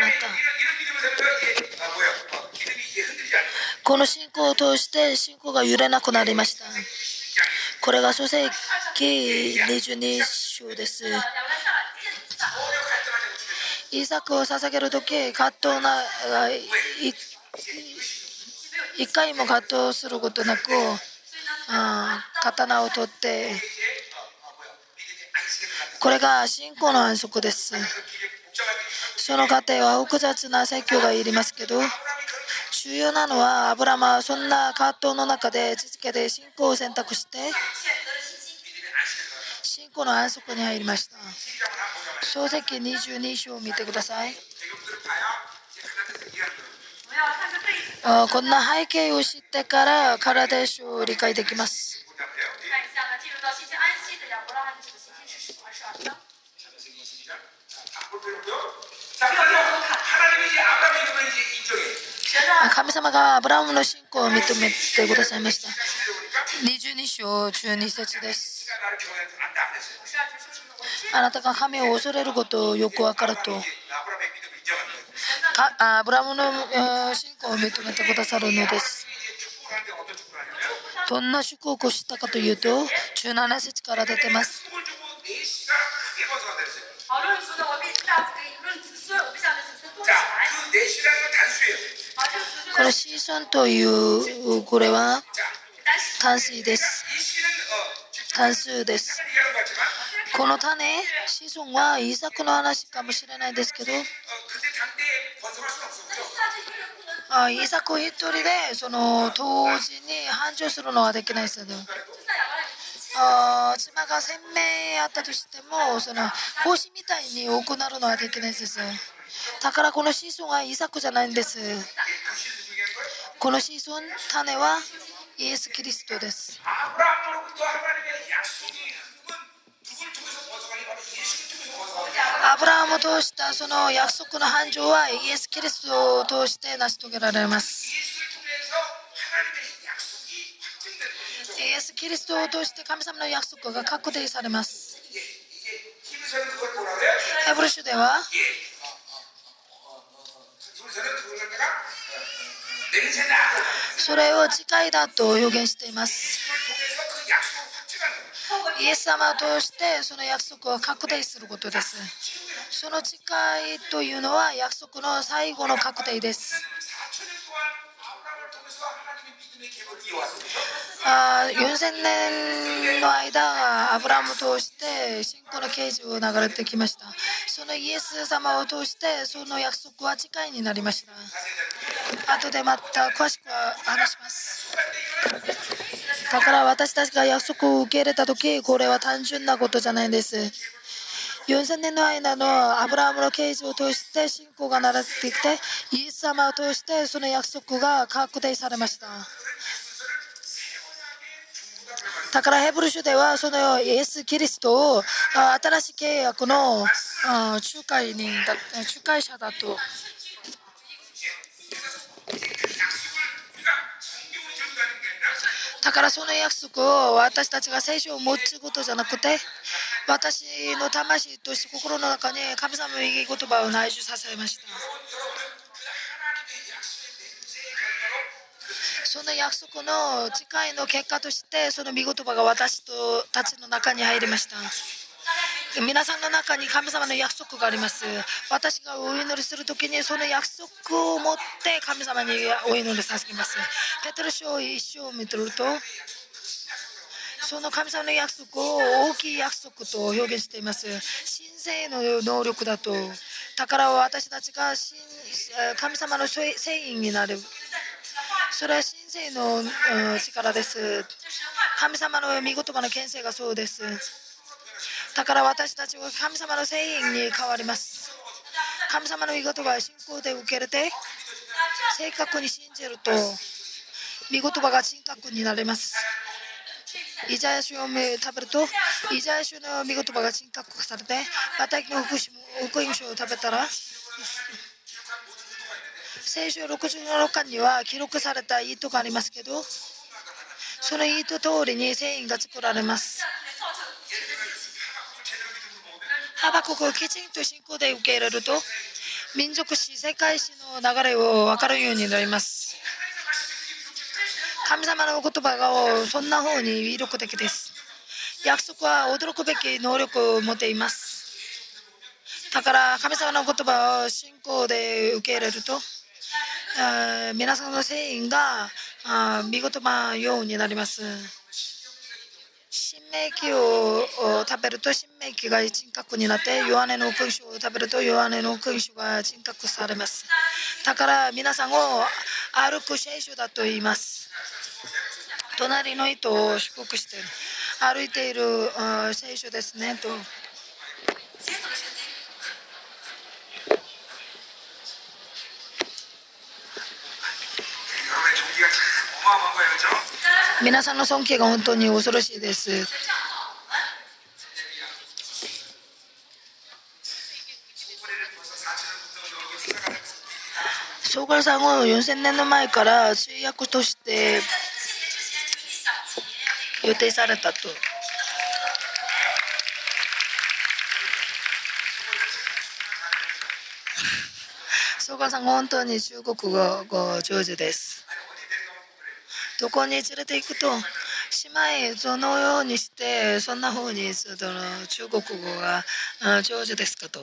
この信仰を通して信仰が揺れなくなりました。これが創世記22章です。イサクを捧げるとき葛藤な一回も葛藤することなく刀を取ってこれが信仰の安息です。その過程は複雑な説教がいりますけど重要なのはアブラムはそんな葛藤の中で続けて信仰を選択して信仰の安息に入りました。創世記22章を見てください。こんな背景を知ってからカラデ書を理解できます。神様がアブラハムの信仰を認めてくださいました。22章12節です。あなたが神を恐れることをよく分かるとアブラハムの信仰を認めてくださるのです。どんな祝福をしたかというと17節から出てます。この子孫というこれは単数です。単数です。この種子孫はイサクの話かもしれないですけどイサク一人でその当時に繁盛するのはできないですけど妻が1000名あったとしてもその星みたいに多くなるのはできないです。だからこの子孫はイサクじゃないんです。この子孫種はイエス・キリストです。アブラハムを通したその約束の繁盛はイエス・キリストを通して成し遂げられます。イエス・キリストを通して神様の約束が確定されます。ヘブル書ではそれを誓いだと表現しています。イエス様を通してその約束を確定することです。その誓いというのは約束の最後の確定です。4000年の間アブラハムを通して信仰の啓示を流れてきました。そのイエス様を通してその約束は誓いになりました。後でまた詳しく話します。だから私たちが約束を受け入れたときこれは単純なことじゃないんです。4000年の間のアブラハムの啓示を通して信仰が流れてきてイエス様を通してその約束が確定されました。だからヘブル書ではそのイエス・キリストを新しい契約の仲介者だとだからその約束を私たちが聖書を持つことじゃなくて私の魂として心の中に神様のいい言葉を内住させました。その約束の誓いの結果としてその御言葉が私たちの中に入りました。皆さんの中に神様の約束があります。私がお祈りするときにその約束を持って神様にお祈りさせます。ペテロ書1章を見てるとその神様の約束を大きい約束と表現しています。神聖の能力だと。だから私たちが神様の聖員になる。それは神聖の力です。神様の御言葉の権勢がそうです。だから私たちは神様の聖員に変わります。神様の御言葉を信仰で受け入れて正確に信じると御言葉が真確になります。イザヤ書を食べるとイザヤ書の御言葉が真確化されて、マタイの福音書を食べたら聖書66巻には記録された意図がありますけど、その意図通りに聖員が作られます。ハバククをきちんと信仰で受け入れると民族史、世界史の流れを分かるようになります。神様の言葉がそんな風に威力的です。約束は驚くべき能力を持っています。だから神様の言葉を信仰で受け入れると皆さんの聖員が見事なようになります。新明記を食べると新明記が人格になって、ヨハネの福音書を食べるとヨハネの福音書が人格されます。だから皆さんを歩く聖書だと言います。隣の人を祝福して歩いている聖書ですねと。皆さんの尊敬が本当に恐ろしいです。ソガルさんを4000年の前から通訳として予定されたと。ソガルさんは本当に中国語が上手です。どこに連れて行くと姉妹そのようにしてそんな風に中国語が上手ですかと。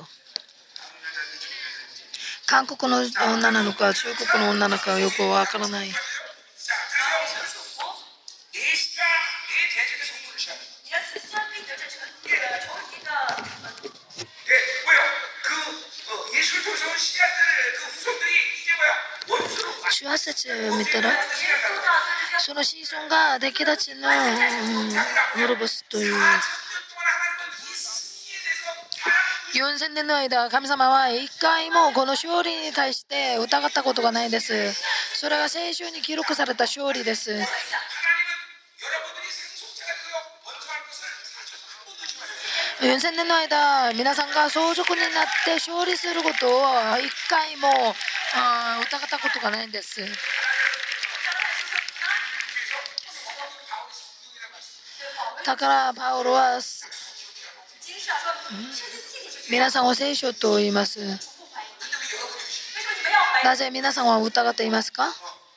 韓国の女なのか中国の女なのかよくわからない。18節見たらその子孫が出来立ちの滅ぼすという。4000年の間神様は一回もこの勝利に対して疑ったことがないです。それが聖書に記録された勝利です。4000年の間皆さんが相続になって勝利することを一回も疑ったことがないんです。だからパウロは皆さんを聖書と言います。なぜ皆さんは疑っていますか？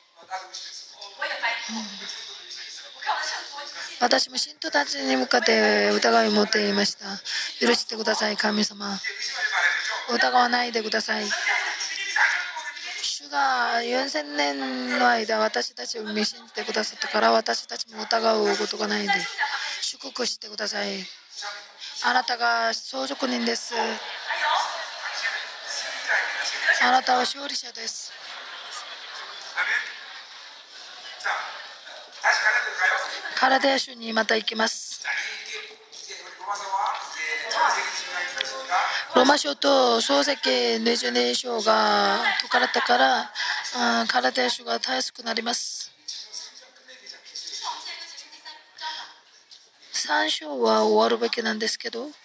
私も信徒たちに向かって疑いを持っていました。許してください神様。疑わないでください。主が4000年の間私たちを見信じてくださったから私たちも疑うことがないで祝福してください。あなたが相続人です。あなたは勝利者です。カラデア州にまた行きます。ローマ書と創世記22章が解かれたからカラデア州がたやすくなります。3章は終わるべきなんですけど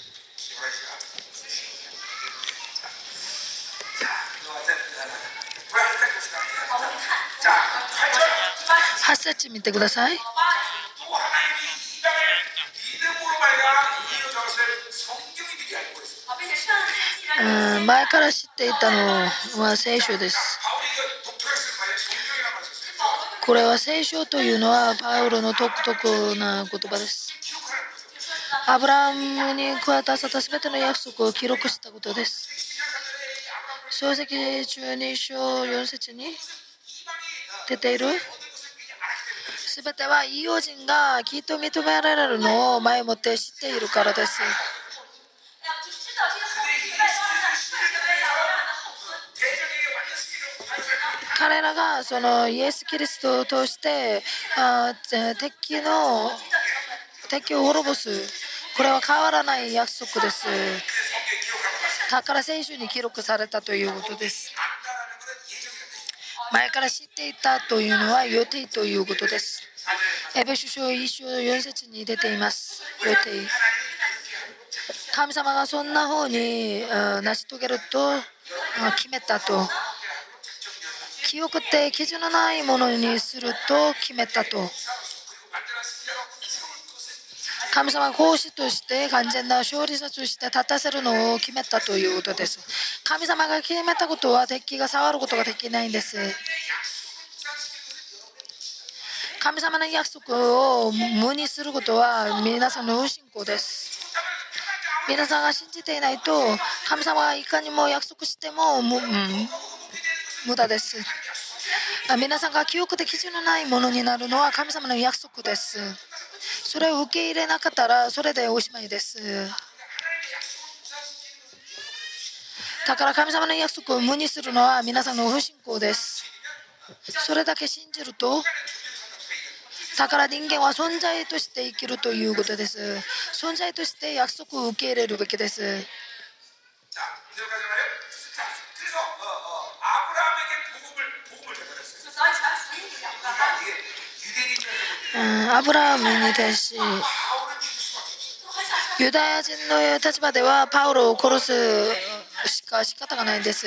8節見てください。前から知っていたのは聖書です。これは聖書というのはパウロの独特な言葉です。アブラハムに加えたさたすべての約束を記録したことです。創世記12章4節に出ているすべては異邦人がきっと認められるのを前もって知っているからです。彼らがそのイエス・キリストを通して敵を滅ぼす、これは変わらない約束です。だから聖書に記録されたということです。前から知っていたというのは予定ということです。エペソ書1章4節に出ています。予定。神様がそんな風に成し遂げると決めたと。記憶って傷のないものにすると決めたと。神様が講師として完全な勝利者として立たせるのを決めたということです。神様が決めたことは敵が触ることができないんです。神様の約束を無にすることは皆さんの不信仰です。皆さんが信じていないと神様がいかにも約束しても無駄です。皆さんが記憶で傷のないものになるのは神様の約束です。それを受け入れなかったらそれでおしまいです。だから神様の約束を無にするのは皆さんの不信仰です。それだけ信じると、だから人間は存在として生きるということです。存在として約束を受け入れるべきです。アブラハムに対しユダヤ人の立場ではパウロを殺すしか仕方がないんです。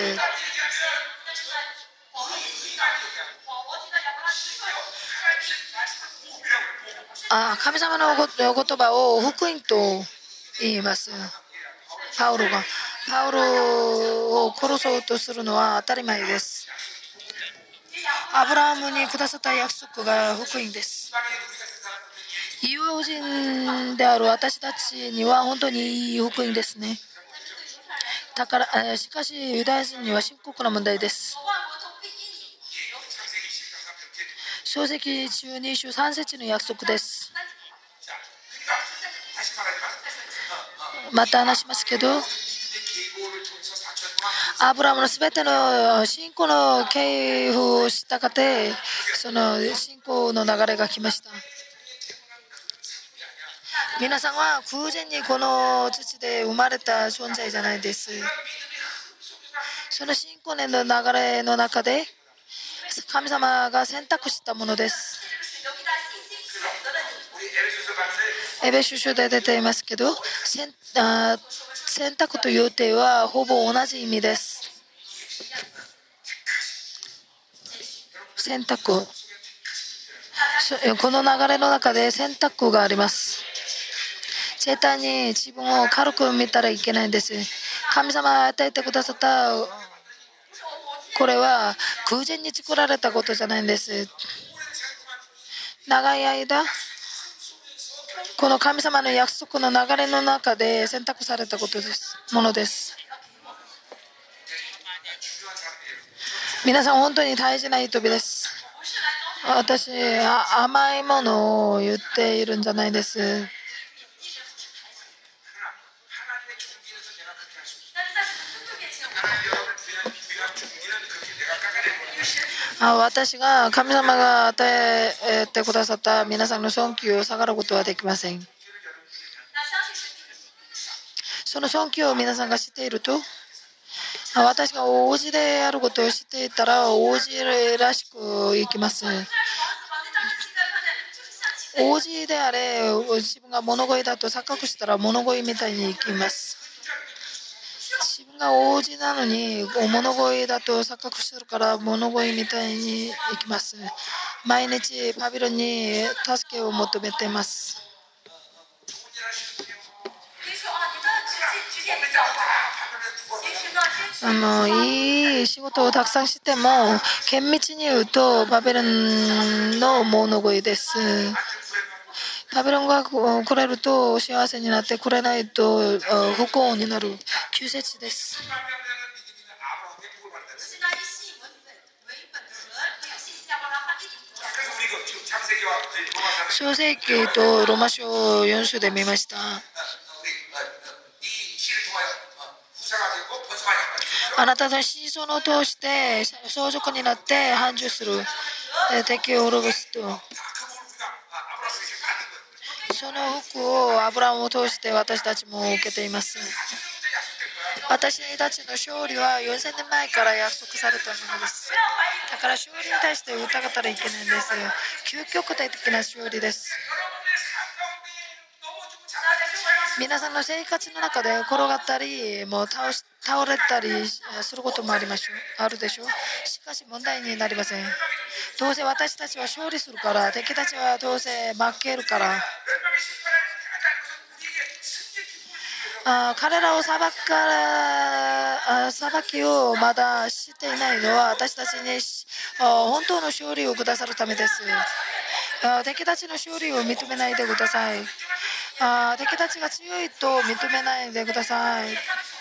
神様の言葉を福音と言います。パウロを殺そうとするのは当たり前です。アブラハムにくださった約束が福音です。異邦人である私たちには本当にいい福音ですね。だからしかしユダヤ人には深刻な問題です。創世記12章3節の約束です。また話しますけど、アブラハムのすべての信仰の系譜をしたかて、その信仰の流れが来ました。皆さんは偶然にこの土で生まれた存在じゃないです。その信仰の流れの中で神様が選択したものです。エペソ書で出ていますけど、選択という手はほぼ同じ意味です。選択、この流れの中で選択があります。絶対に自分を軽く見たらいけないんです。神様が与えてくださったこれは偶然に作られたことじゃないんです。長い間この神様の約束の流れの中で選択されたものです。皆さん本当に大事な人々です。私甘いものを言っているんじゃないです。私が神様が与えてくださった皆さんの尊敬を下がることはできません。その尊敬を皆さんが知っていると、私が王子であることを知っていたら王子らしく生きます。王子であれ、自分が物乞いだと錯覚したら物乞いみたいに生きます。自分が王子なのに物乞いだと錯覚するから物乞いみたいに生きます。毎日バビロンに助けを求めています。いい仕事をたくさんしても厳密に言うとバビロンの物乞いです。バビロンが来れると幸せになってくれないと不幸になる。9節です。 創世記とローマ書4章で見ました。あなたの子孫を通して相続になって繁盛する、敵を滅ぼすと。その福をアブラハムを通して私たちも受けています。私たちの勝利は4000年前から約束されたものです。だから勝利に対して疑ったらいけないんです。究極的な勝利です。皆さんの生活の中で転がったりもう倒れたりすることもあるでしょう。しかし問題になりません。どうせ私たちは勝利するから、敵たちはどうせ負けるから。彼らを裁きをまだしていないのは私たちに本当の勝利をくださるためです。敵たちの勝利を認めないでください。敵たちが強いと認めないでください。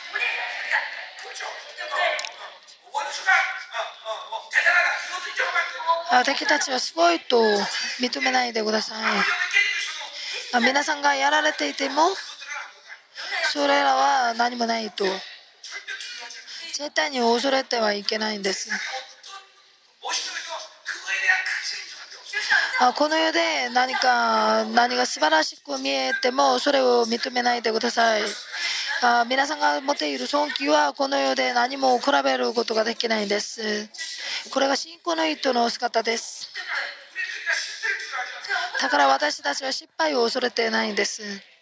敵たちはすごいと認めないでください。皆さんがやられていてもそれらは何もないと絶対に恐れてはいけないんです。この世で何が素晴らしく見えてもそれを認めないでください。皆さんが持っている尊貴はこの世で何も比べることができないんです。これが信仰の人の姿です。だから私たちは失敗を恐れていないんです。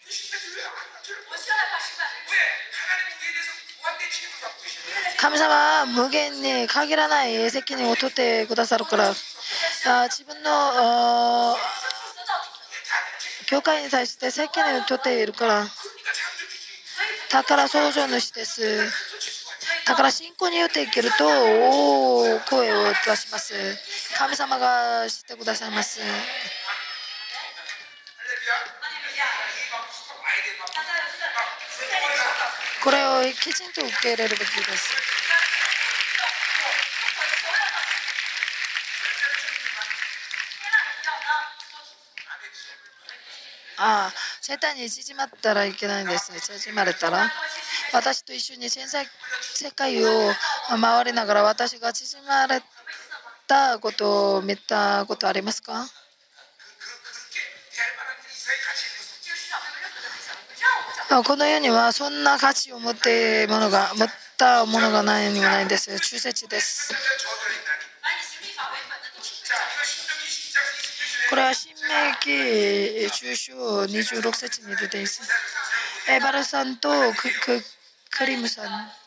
神様は無限に限らない責任を取ってくださるから、自分の教会に対して責任を取っているから、だから創造主です。だから信仰によって生きると声を出します。神様が知ってくださいます。これをきちんと受け入れるべきです。セタに縮まったらいけないんですね。縮まれたら私と一緒に世界を回りながら私が縮まれたことを見たことありますか？この世にはそんな価値を持ったものがないにもないんです。中節です。これは新明記10章26節に出ています。エバルさんとクリムさん。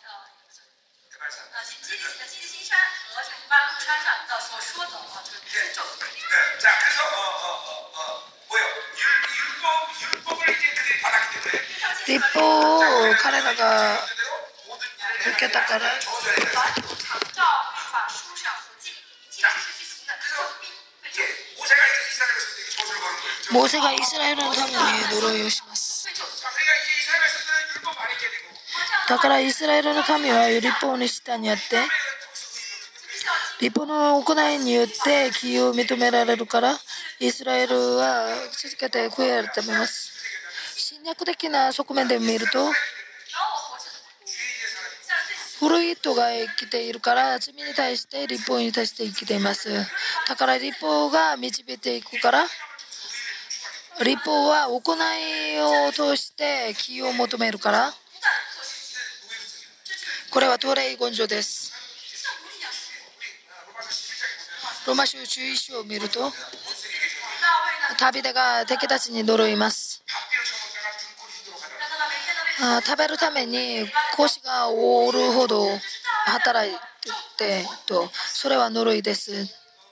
立法を彼らが受けたから、モーセがイスラエルのために呪いをします。だからイスラエルの民は立法に下にあって立法の行いによって義を認められるから、イスラエルは続けて悔い改めます。侵略的な側面で見ると古い人が生きているから罪に対して立法に対して生きています。だから立法が導いていくから、立法は行いを通して義を求めるから、これは奴隷根性です。ローマ書11章を見ると旅人が敵たちに呪います。食べるために腰が折るほど働いてと、それは呪いです。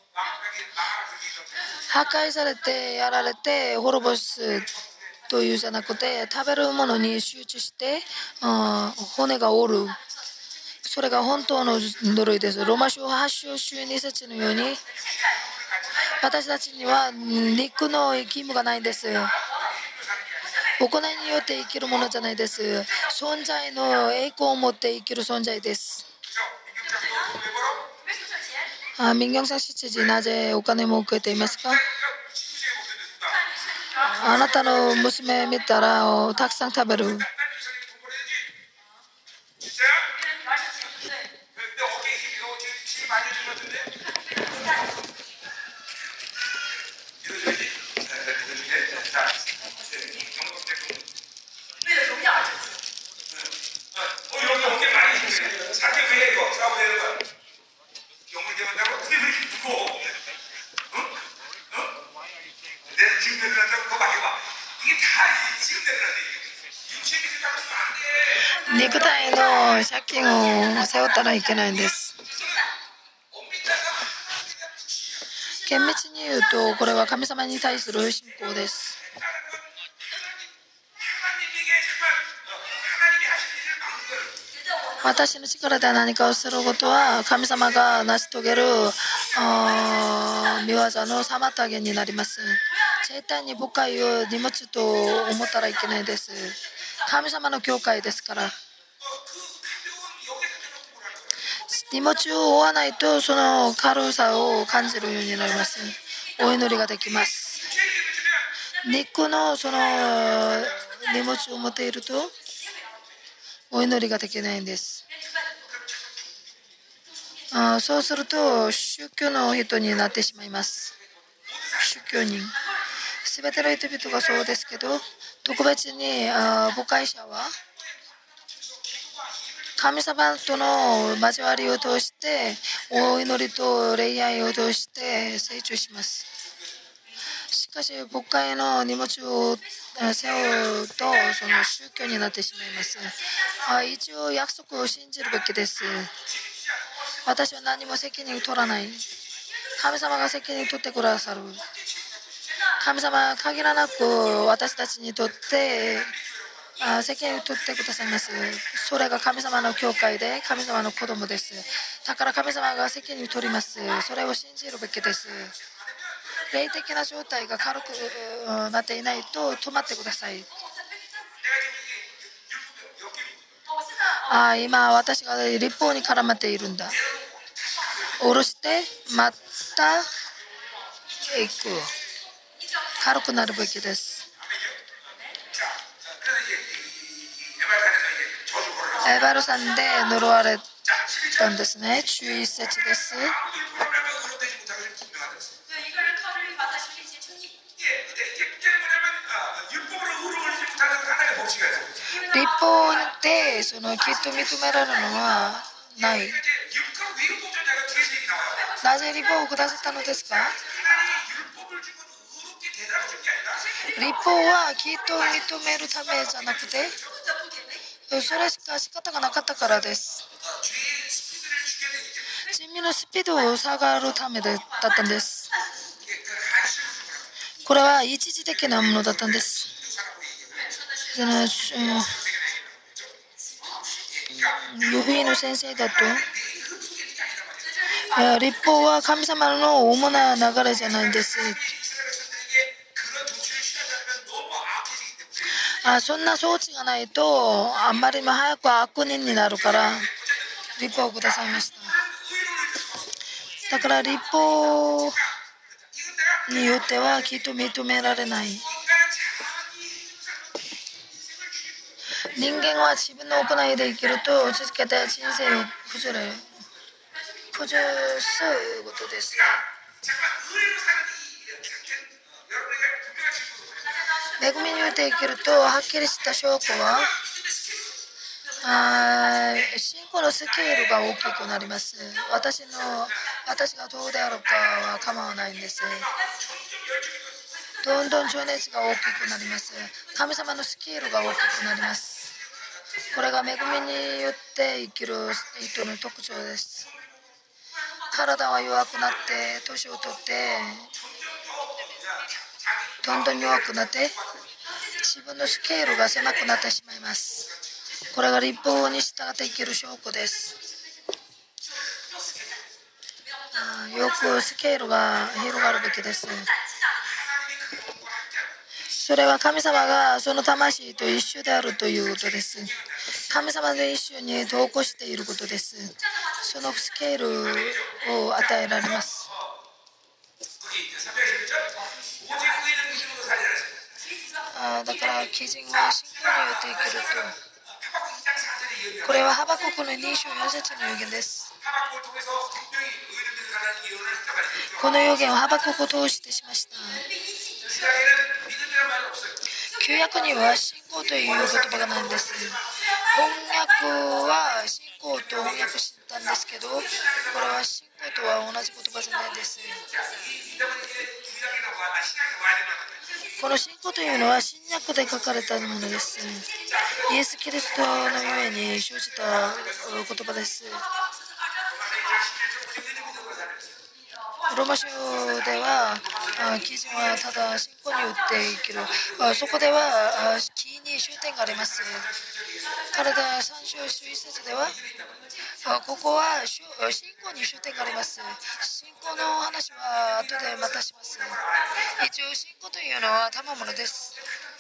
破壊されてやられて滅ぼすというじゃなくて、食べるものに集中して骨が折る、それが本当の呪いです。ローマ書8章12節のように私たちには肉の義務がないんです。行いによって生きるものじゃないです。存在の栄光を持って生きる存在です。민경상 씨지なぜお金も受けていますか？ あなたの娘見たらたくさん食べる。肉体の借金を背負ったらいけないんです。厳密に言うとこれは神様に対する信仰です。私の力で何かをすることは神様が成し遂げる見業の妨げになります。絶対に誤解を荷物と思ったらいけないです。神様の教会ですから。荷物を負わないとその軽さを感じるようになります。お祈りができます。肉のその荷物を持っているとお祈りができないんです。そうすると宗教の人になってしまいます。宗教人。すべての人々がそうですけど、特別に誤解者は神様との交わりを通してお祈りと礼拝を通して成長します。しかし誤解の荷物を背負うとその宗教になってしまいます。一応約束を信じるべきです。私は何も責任を取らない。神様が責任を取ってくださる。神様は限らなく私たちにとって責任を取ってくださいます。それが神様の教会で神様の子供です。だから神様が責任を取ります。それを信じるべきです。霊的な状態が軽くなっていないと止まってください。今私が立法に絡まっているんだ。下ろしてまた行く。軽くなるべきです。エバル山で呪われたんですね。11節です。立法でそのきっと認められるのはない。なぜ立法を下せたのですか？立法はきっと認めるためじゃなくて、それしか仕方がなかったからです。罪のスピードを下がるためだったんです。これは一時的なものだったんです。ユフィの先生だと立法は神様の主な流れじゃないんです。そんな装置がないとあんまりも早く悪人になるから立法をくださいました。だから立法によってはきっと認められない。人間は自分の行いで生きると続けて人生を崩すことです。恵みによって生きるとはっきりした証拠は信仰のスケールが大きくなります。私がどうであるかは構わないんです。どんどん情熱が大きくなります。神様のスケールが大きくなります。これが恵みによって生きる人の特徴です。体は弱くなって年を取ってどんどん弱くなって自分のスケールが狭くなってしまいます。これが立法に従って生きる証拠です。よくスケールが広がるべきです。それは神様がその魂と一緒であるということです。神様と一緒に同行していることです。そのスケールを与えられます。 だから基人は信仰によって生きると、これはハバコクの2章4節の予言です。この予言をハバコクを通してしました。旧約には信仰という言葉がないんです。翻訳は信仰と翻訳したんですけど、これは信仰とは同じ言葉じゃないです。この信仰というのは新約で書かれたものです。イエス・キリストのゆえに生じた言葉です。ローマ書では、基人はただ信仰によって生きる。そこでは、木に終点があります。体3章11節では、ここは信仰に終点があります。信仰の話は後でまたします。一応、信仰というのは賜物です。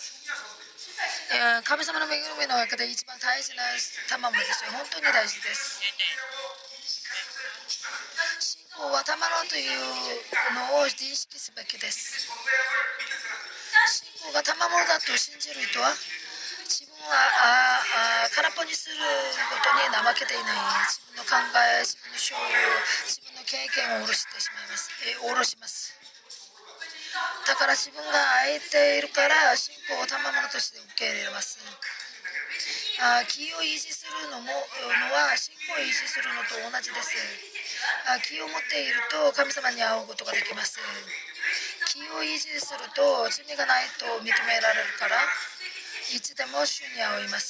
神様の恵みの中で一番大事な賜物ですよ。本当に大事です。信仰は賜物というのを認識すべきです。信仰が賜物だと信じる人は、自分は空っぽにすることに怠けていない。自分の考え、自分の所有、自分の経験を下ろしてしまいます。下ろします。だから自分が空いているから信仰を賜物として受け入れます。気を維持するのは信仰を維持するのと同じです。気を持っていると神様に会うことができます。気を維持すると罪がないと認められるから、いつでも主に会います。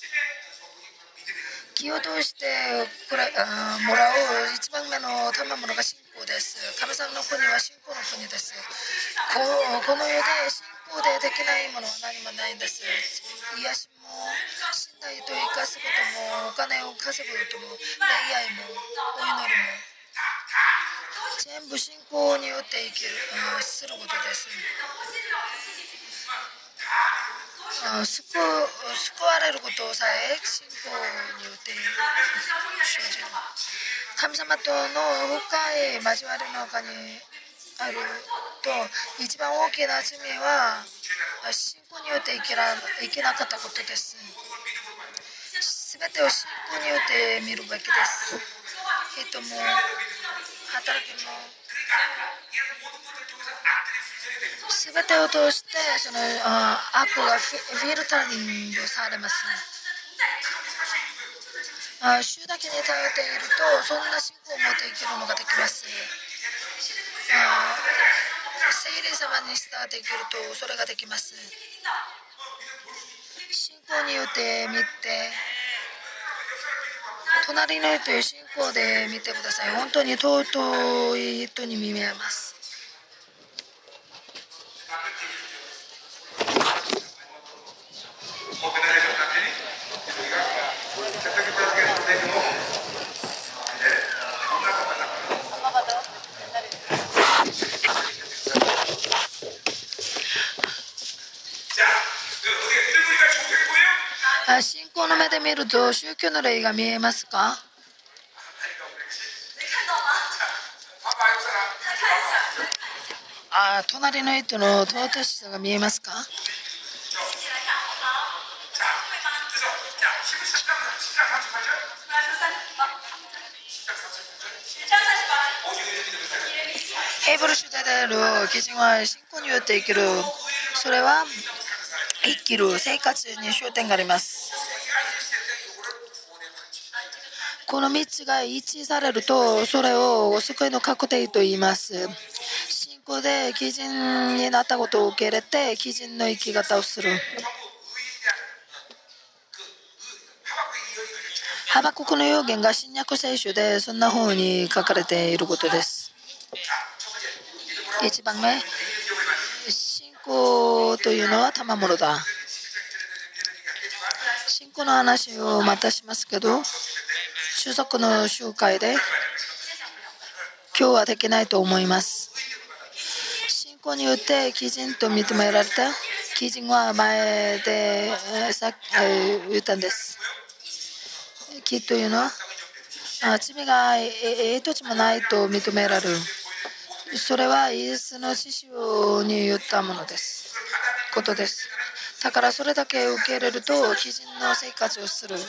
気を通してもらう一番目の賜物が信仰です。神様の国は信仰の国です。この世で信仰でできないものは何もないんです。癒しも信頼と生かすこともお金を稼ぐことも恋愛もお祈りも全部信仰によってすることです。救われることさえ信仰によって生じる。神様との深い交わりの中にあると、一番大きな罪は信仰によって生きなかったことです。すべてを信仰によって見るべきです。人も働きもすべてを通してその悪がフィルタリングされます。主だけに頼っているとそんな信仰を持って生きるのができます。聖霊様に従って生きるとそれができます。信仰によって見て、隣の人を信仰で見てください。本当に尊い人に見えます。信仰の目で見ると宗教の霊が見えますか？隣の人の尊しさが見えますか？ヘブル書である基準は信仰によって生きる。それは生きる生活に焦点があります。この3つが一致されるとそれを救いの確定と言います。信仰で基準になったことを受け入れて基準の生き方をする。ハバククの予言が新約聖書でそんな風に書かれていることです。1番目、信仰というのは賜物だ。信仰の話をまたしますけど、収束の集会で今日はできないと思います。信仰によって基人と認められた。基人は前で言ったんです。基というのは罪が一つもないと認められる。それはイエスの師匠に言ったものです。 ことです。だからそれだけ受け入れると基人の生活をする。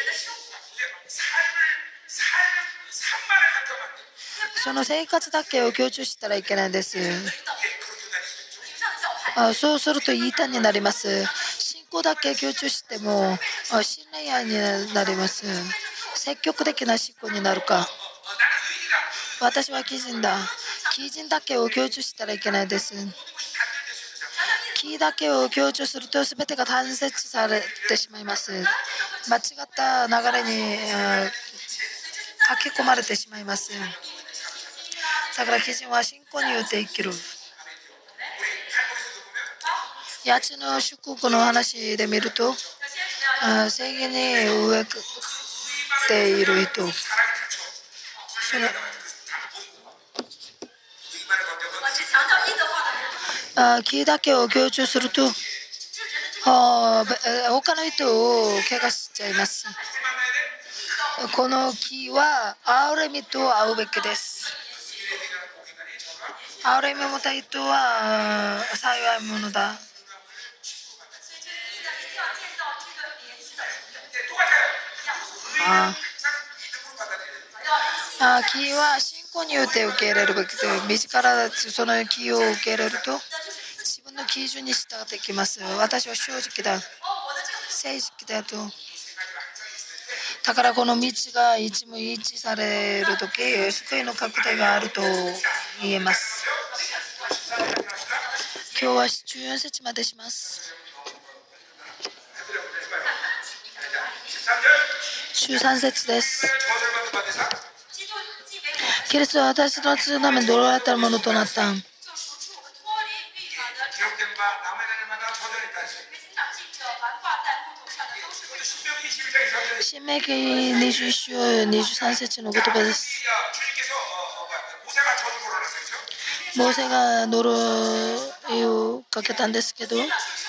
その生活だけを強調したらいけないです。そうすると異端になります。信仰だけ強調しても信頼愛になります。積極的な信仰になるか。私は基人だ。基人だけを強調したらいけないです。基だけを強調すると全てが断絶されてしまいます。間違った流れに書き込まれてしまいます。だから基人は信仰によって生きる。家賃の祝福の話で見ると、正義に飢えている人、木だけを強調すると他の人を怪我しちゃいます。この木は憐れみと会うべきです。憐れみを持った人は幸い者だ。木は信仰によって受け入れるべきで、自らその木を受け入れると自分の基準に従っていきます。私は正直だ、正直だと。だからこの道が一無一致されるとき、救いの確定があると言えます。今日は14節までします。13節です。キリストは私の罪のために呪われたものとなった。申命記21章23節の言葉です。モーセが呪いをかけたんですけど、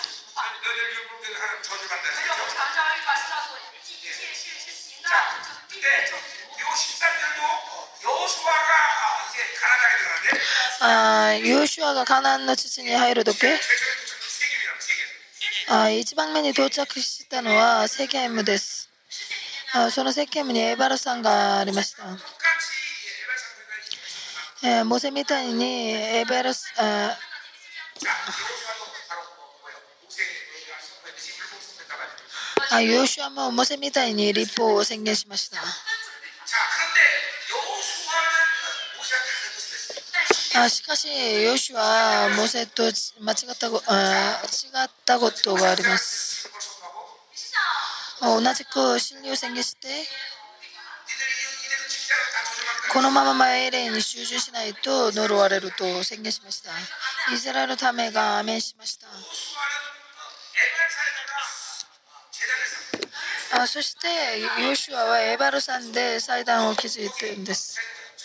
ヨシュアがカナンの地に入るとき、一番目に到着したのはセケムです。そのセケムにエバル山がありました。モセみたいにエバルヨシュアもモセみたいに立法を宣言しました。しかしヨシュアはモセと違ったことがあります。同じく真理を宣言して、このままエレンに集中しないと呪われると宣言しました。イスラエルのためがアメンしました。そしてヨシュアはエバル山で祭壇を築いているんです。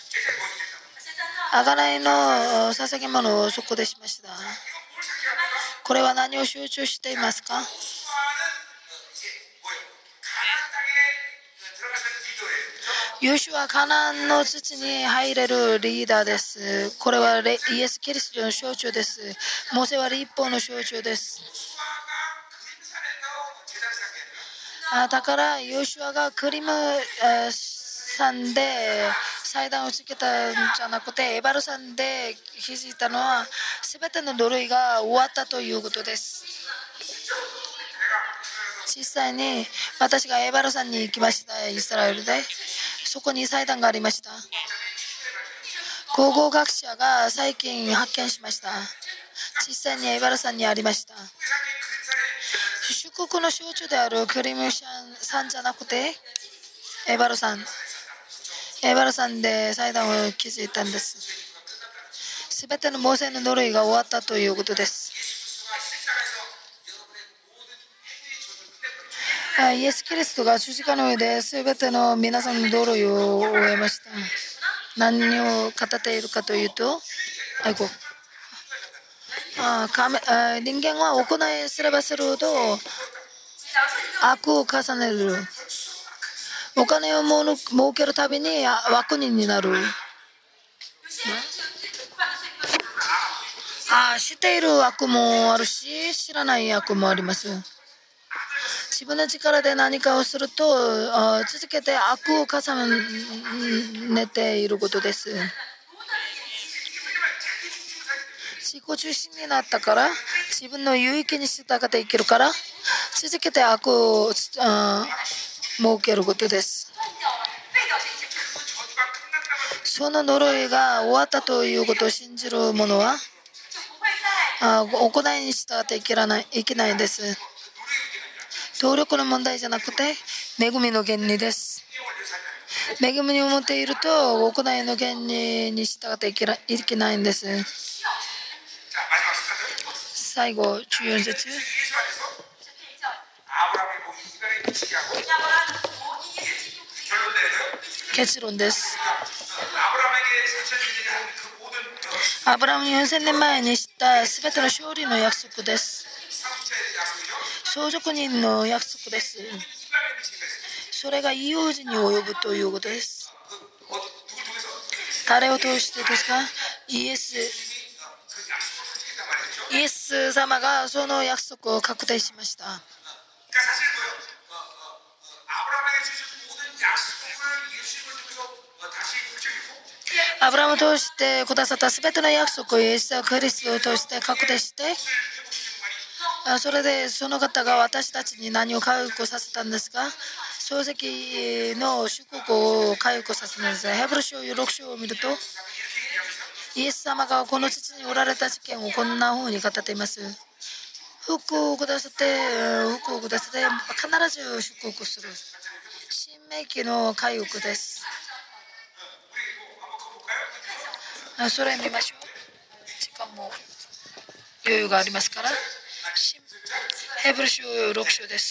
贖いの捧げ物をそこでしました。これは何を象徴していますか？ヨシュはカナンの土に入れるリーダーです。これはイエス・キリストの象徴です。モーセは立法の象徴です。だからヨシュアがクリム山で祭壇をつけたんじゃなくて、エバル山で築いたのは全ての呪いが終わったということです。実際に私がエバル山に行きました。イスラエルでそこに祭壇がありました。考古学者が最近発見しました。実際にエバル山にありました。祝福の象徴であるクリム山じゃなくてエバル山で祭壇を築いたんです。すべてのモーセの呪いが終わったということです。イエス・キリストが十字架の上ですべての皆さんの呪いを終えました。何を語っているかというと、人間は行いすればするほど悪を重ねる。お金を儲けるたびに悪人になる。 している悪もあるし、知らない悪もあります。自分の力で何かをすると、続けて悪を重ねていることです。自己中心になったから、自分の有益に従って生きるから、続けて悪を設けることです。その呪いが終わったということを信じる者は、行いに従っていけないです。動力の問題じゃなくて、恵みの原理です。恵みを持っていると、行いの原理に従っていけないんです。最後、14節。結論です。アブラムに4000年前にしたすべての勝利の約束です。相続人の約束です。それが異様人に及ぶということです。誰を通してですか？イエス様がその約束を確定しました。アブラムを通してくださったすべての約束をイエス・キリストを通して確定して、それでその方が私たちに何を回復させたんですか？漱石の祝福を回復させたんです。ヘブル書6章を見ると、イエス様がこの地におられた事件をこんな風に語っています。福をくださって、必ず祝福する。新明記の回復です。それ見ましょう。時間も余裕がありますから。ヘブル書6章です。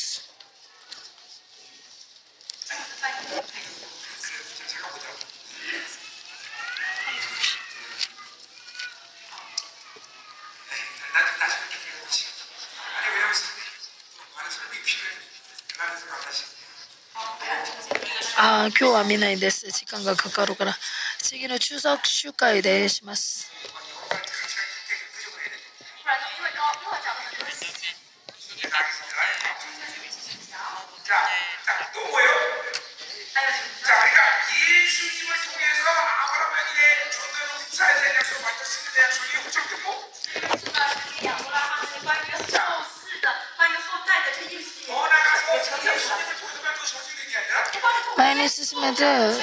今日は見ないです。時間がかかるから。次の中作集会でします。前に進めて、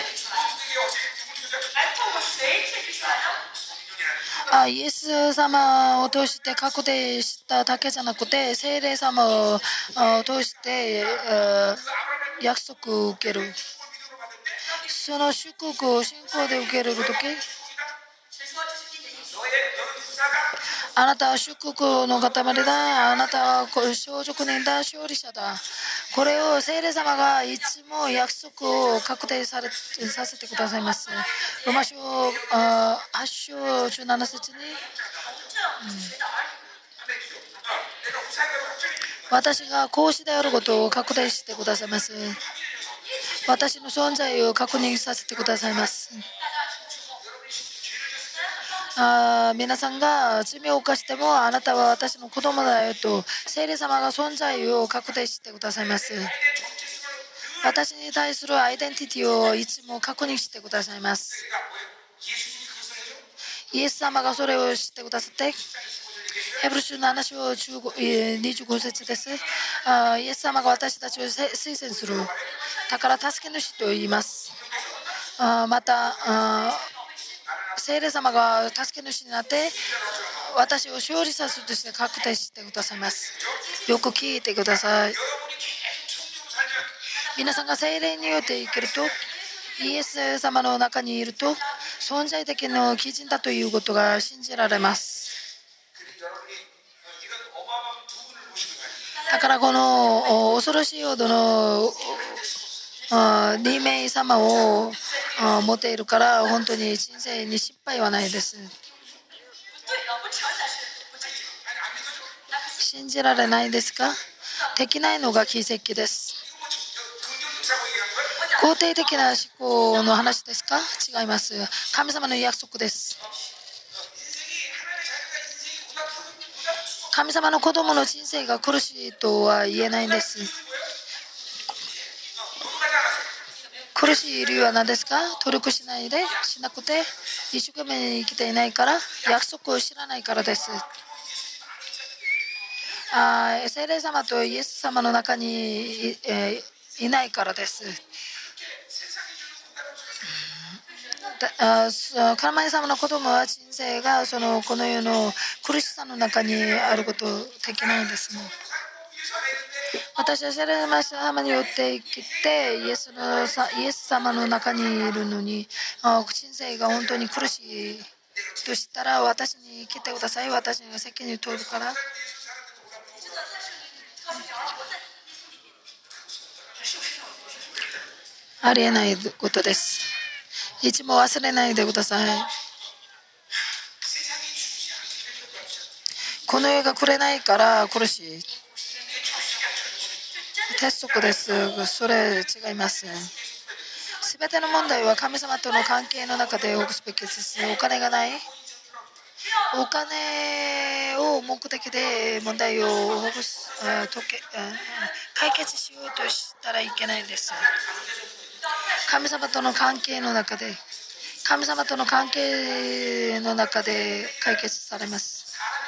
イエス様を通して確定しただけじゃなくて、聖霊様を通して約束を受ける。その祝福を信仰で受けるとき、あなたは祝福の塊だ。あなたは相続人だ。勝利者だ。これを聖霊様がいつも約束を確定させてくださいます。ロマ書8章17節に、私が孔子であることを確定してくださいます。私の存在を確認させてくださいます。皆さんが罪を犯してもあなたは私の子供だよと聖霊様が存在を確定してくださいます。私に対するアイデンティティをいつも確認してくださいます。イエス様がそれを知ってくださって、ヘブル書7章25節です。イエス様が私たちを推薦する。だから助け主と言います。また、聖霊様が助け主になって私を勝利者として確定してくださいます。よく聞いてください。皆さんが聖霊によって生きると、イエス様の中にいると存在的な基準だということが信じられます。だからこの恐ろしいほどの2名様を持っているから本当に人生に失敗はないです。信じられないですか？できないのが奇跡です。肯定的な思考の話ですか？違います。神様の約束です。 神様の子供の人生が苦しいとは言えないんです。苦しい理由は何ですか？努力しなくて、一生懸命生きていないから、約束を知らないからです。聖霊様とイエス様の中にいないからです。カルマニ様の子供は人生がこの世の苦しさの中にあることできないんですね。私は聖霊様によって生きてイエス様の中にいるのに、人生が本当に苦しいとしたら、私に来てください。私が責任を取るから。ありえないことです。いつも忘れないでください。この世がくれないから苦しい。鉄則です。それ違います。すべての問題は神様との関係の中で起こすべきです。お金がない。お金を目的で問題を解決しようとしたらいけないんです。神様との関係の中で解決されます。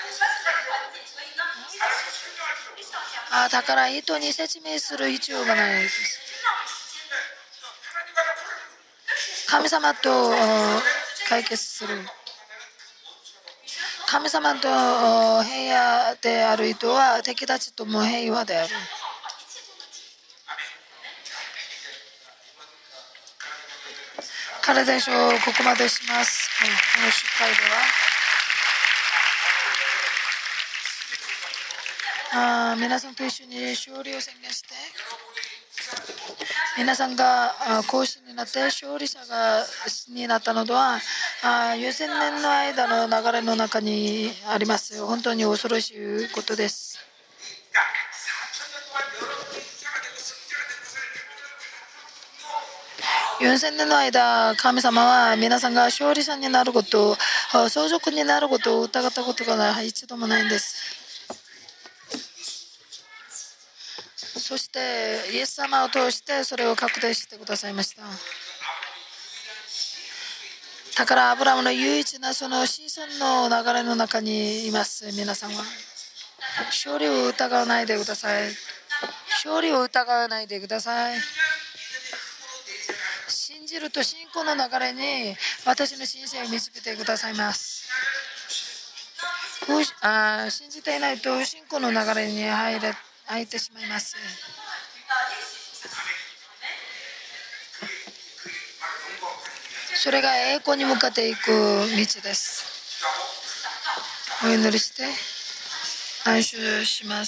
だから人に説明する必要がないです。神様と解決する。神様と平和である人は敵たちとも平和である。彼でしょう。ここまでします。この集会では皆さんと一緒に勝利を宣言して、皆さんが講師になって勝利者になったのは4000年の間の流れの中にあります。本当に恐ろしいことです。4000年の間、神様は皆さんが勝利者になること、相続になることを疑ったことが一度もないんです。そしてイエス様を通してそれを確定してくださいました。だからアブラムの唯一なその子孫の流れの中にいます。皆さんは勝利を疑わないでください。勝利を疑わないでください。信じると信仰の流れに私の人生を導いてくださいます。信じていないと信仰の流れに入ってしまいます。それが栄光に向かっていく道です。お祈りして安心します。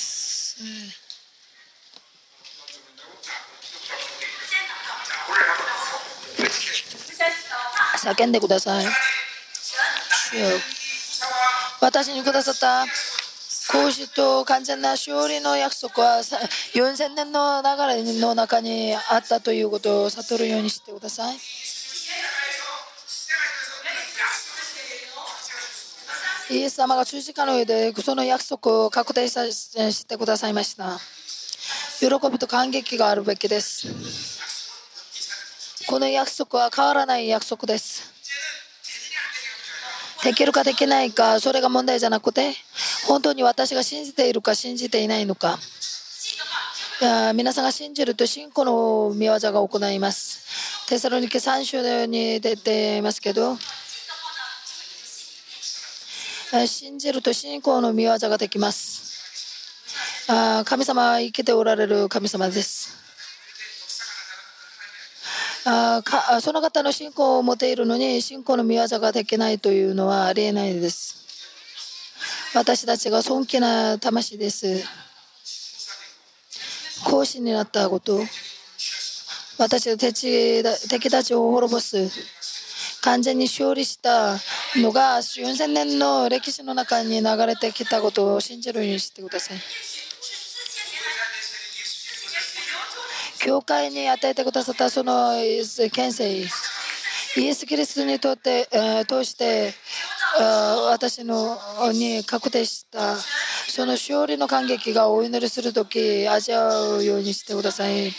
叫んでください。主よ、私にくださった孔子と完全な勝利の約束は4000年の流れの中にあったということを悟るようにしてください。イエス様が十字架の上でその約束を確定してくださいました。喜びと感激があるべきです。この約束は変わらない約束です。できるかできないか、それが問題じゃなくて、本当に私が信じているか信じていないのか。皆さんが信じると信仰の御業が行います。テサロニケ3章に出ていますけど、信じると信仰の御業ができます。神様は生きておられる神様です。その方の信仰を持っているのに信仰の御業ができないというのはありえないです。私たちが尊敬な魂です。講師になったこと、私が敵たちを滅ぼす、完全に勝利したのが4000年の歴史の中に流れてきたことを信じるようにしてください。教会に与えてくださったその権勢、イエス・キリストにとって通して私に確定したその勝利の感激がお祈りするとき味わうようにしてください。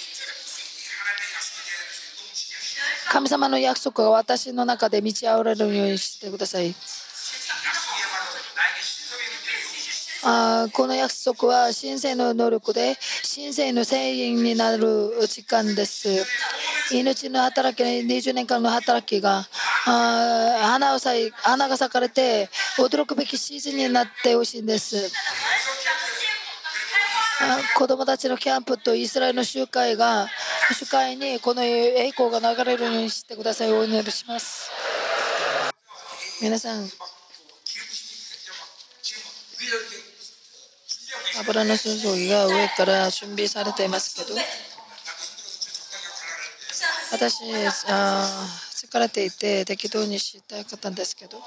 神様の約束が私の中で満ち溢れるようにしてください。この約束は神聖の能力で神聖の聖員になる時間です。命の働き、20年間の働きが花が咲かれて驚くべきシーズンになってほしいんです。子供たちのキャンプとイスラエルの集会にこの栄光が流れるようにしてください。お祈りします。皆さん、油の注ぎが上から準備されていますけど、私疲れていて適当にしたかったんですけど、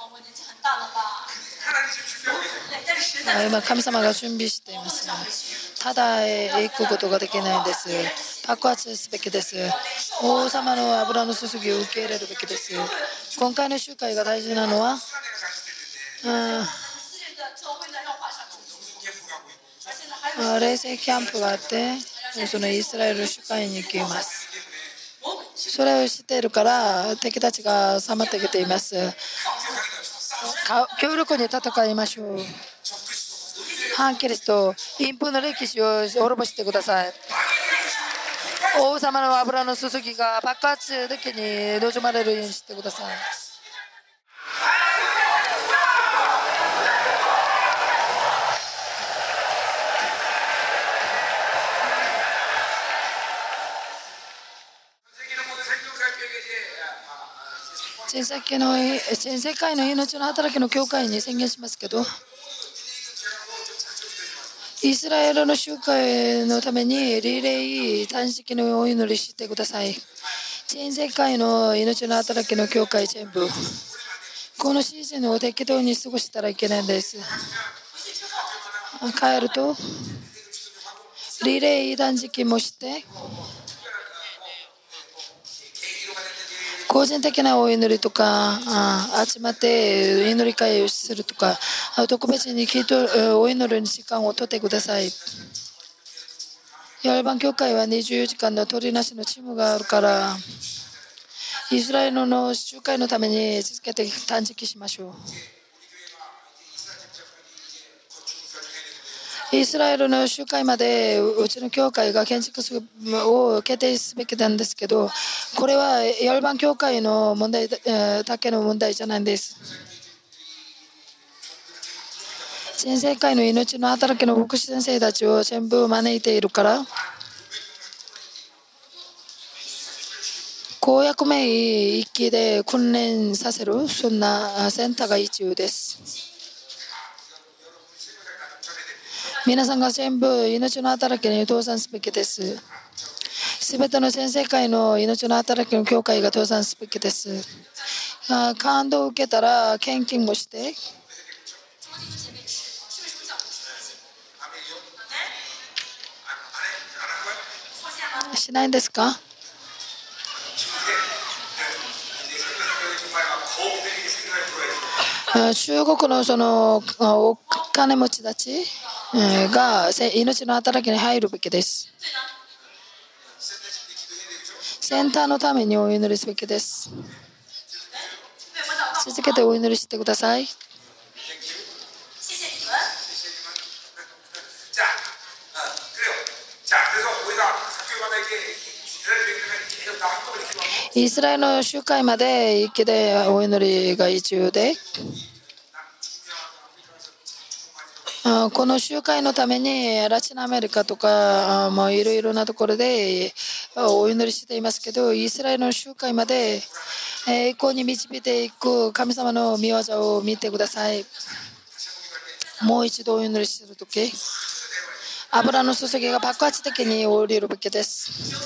今神様が準備しています。ただ行くことができないんです。爆発すべきです。王様の油の注ぎを受け入れるべきです。今回の集会が大事なのは、冷静キャンプがあって、そのイスラエル集会に行きます。それを知っているから敵たちが迫ってきています。強力に戦いましょう。反キリスト、陰風の歴史を滅ぼしてください。王様の油の注ぎが爆発的に望まれるようにしてください。全世界の命の働きの教会に宣言しますけど、イスラエルの集会のためにリレー断食のお祈りしてください。全世界の命の働きの教会全部このシーズンを適当に過ごしたらいけないんです。帰るとリレー断食もして個人的なお祈りとか集まって祈り会をするとか特別にお祈りの時間を取ってください。ヤルバン教会は24時間の取りなしのチームがあるからイスラエルの集会のために続けて断食しましょう。イスラエルの集会までうちの教会が建築を決定すべきなんですけど、これはヤルバン教会の問題だけの問題じゃないんです。全世界の命の働きの牧師先生たちを全部招いているから公約名一気で訓練させるそんなセンターが必要です。皆さんが全部命の働きに倒産すべきです。すべての全世界の命の働きの教会が倒産すべきです。感動を受けたら献金もしてしないんですか？中国のそのお金持ちたちが命の働きに入るべきです。センターのためにお祈りすべきです。続けてお祈りしてください。イスラエルの集会まで一気でお祈りが必要でこの集会のためにラチンアメリカとかいろいろなところでお祈りしていますけどイスラエルの集会まで栄光に導いていく神様の御業を見てください。もう一度お祈りするとき油の注ぎが爆発的に降りるべきです。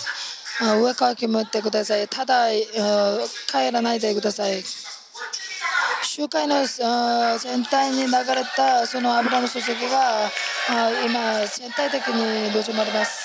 上から決めてください。ただ帰らないでください。集会の全体に流れたその油の注ぎが今全体的に望まれます。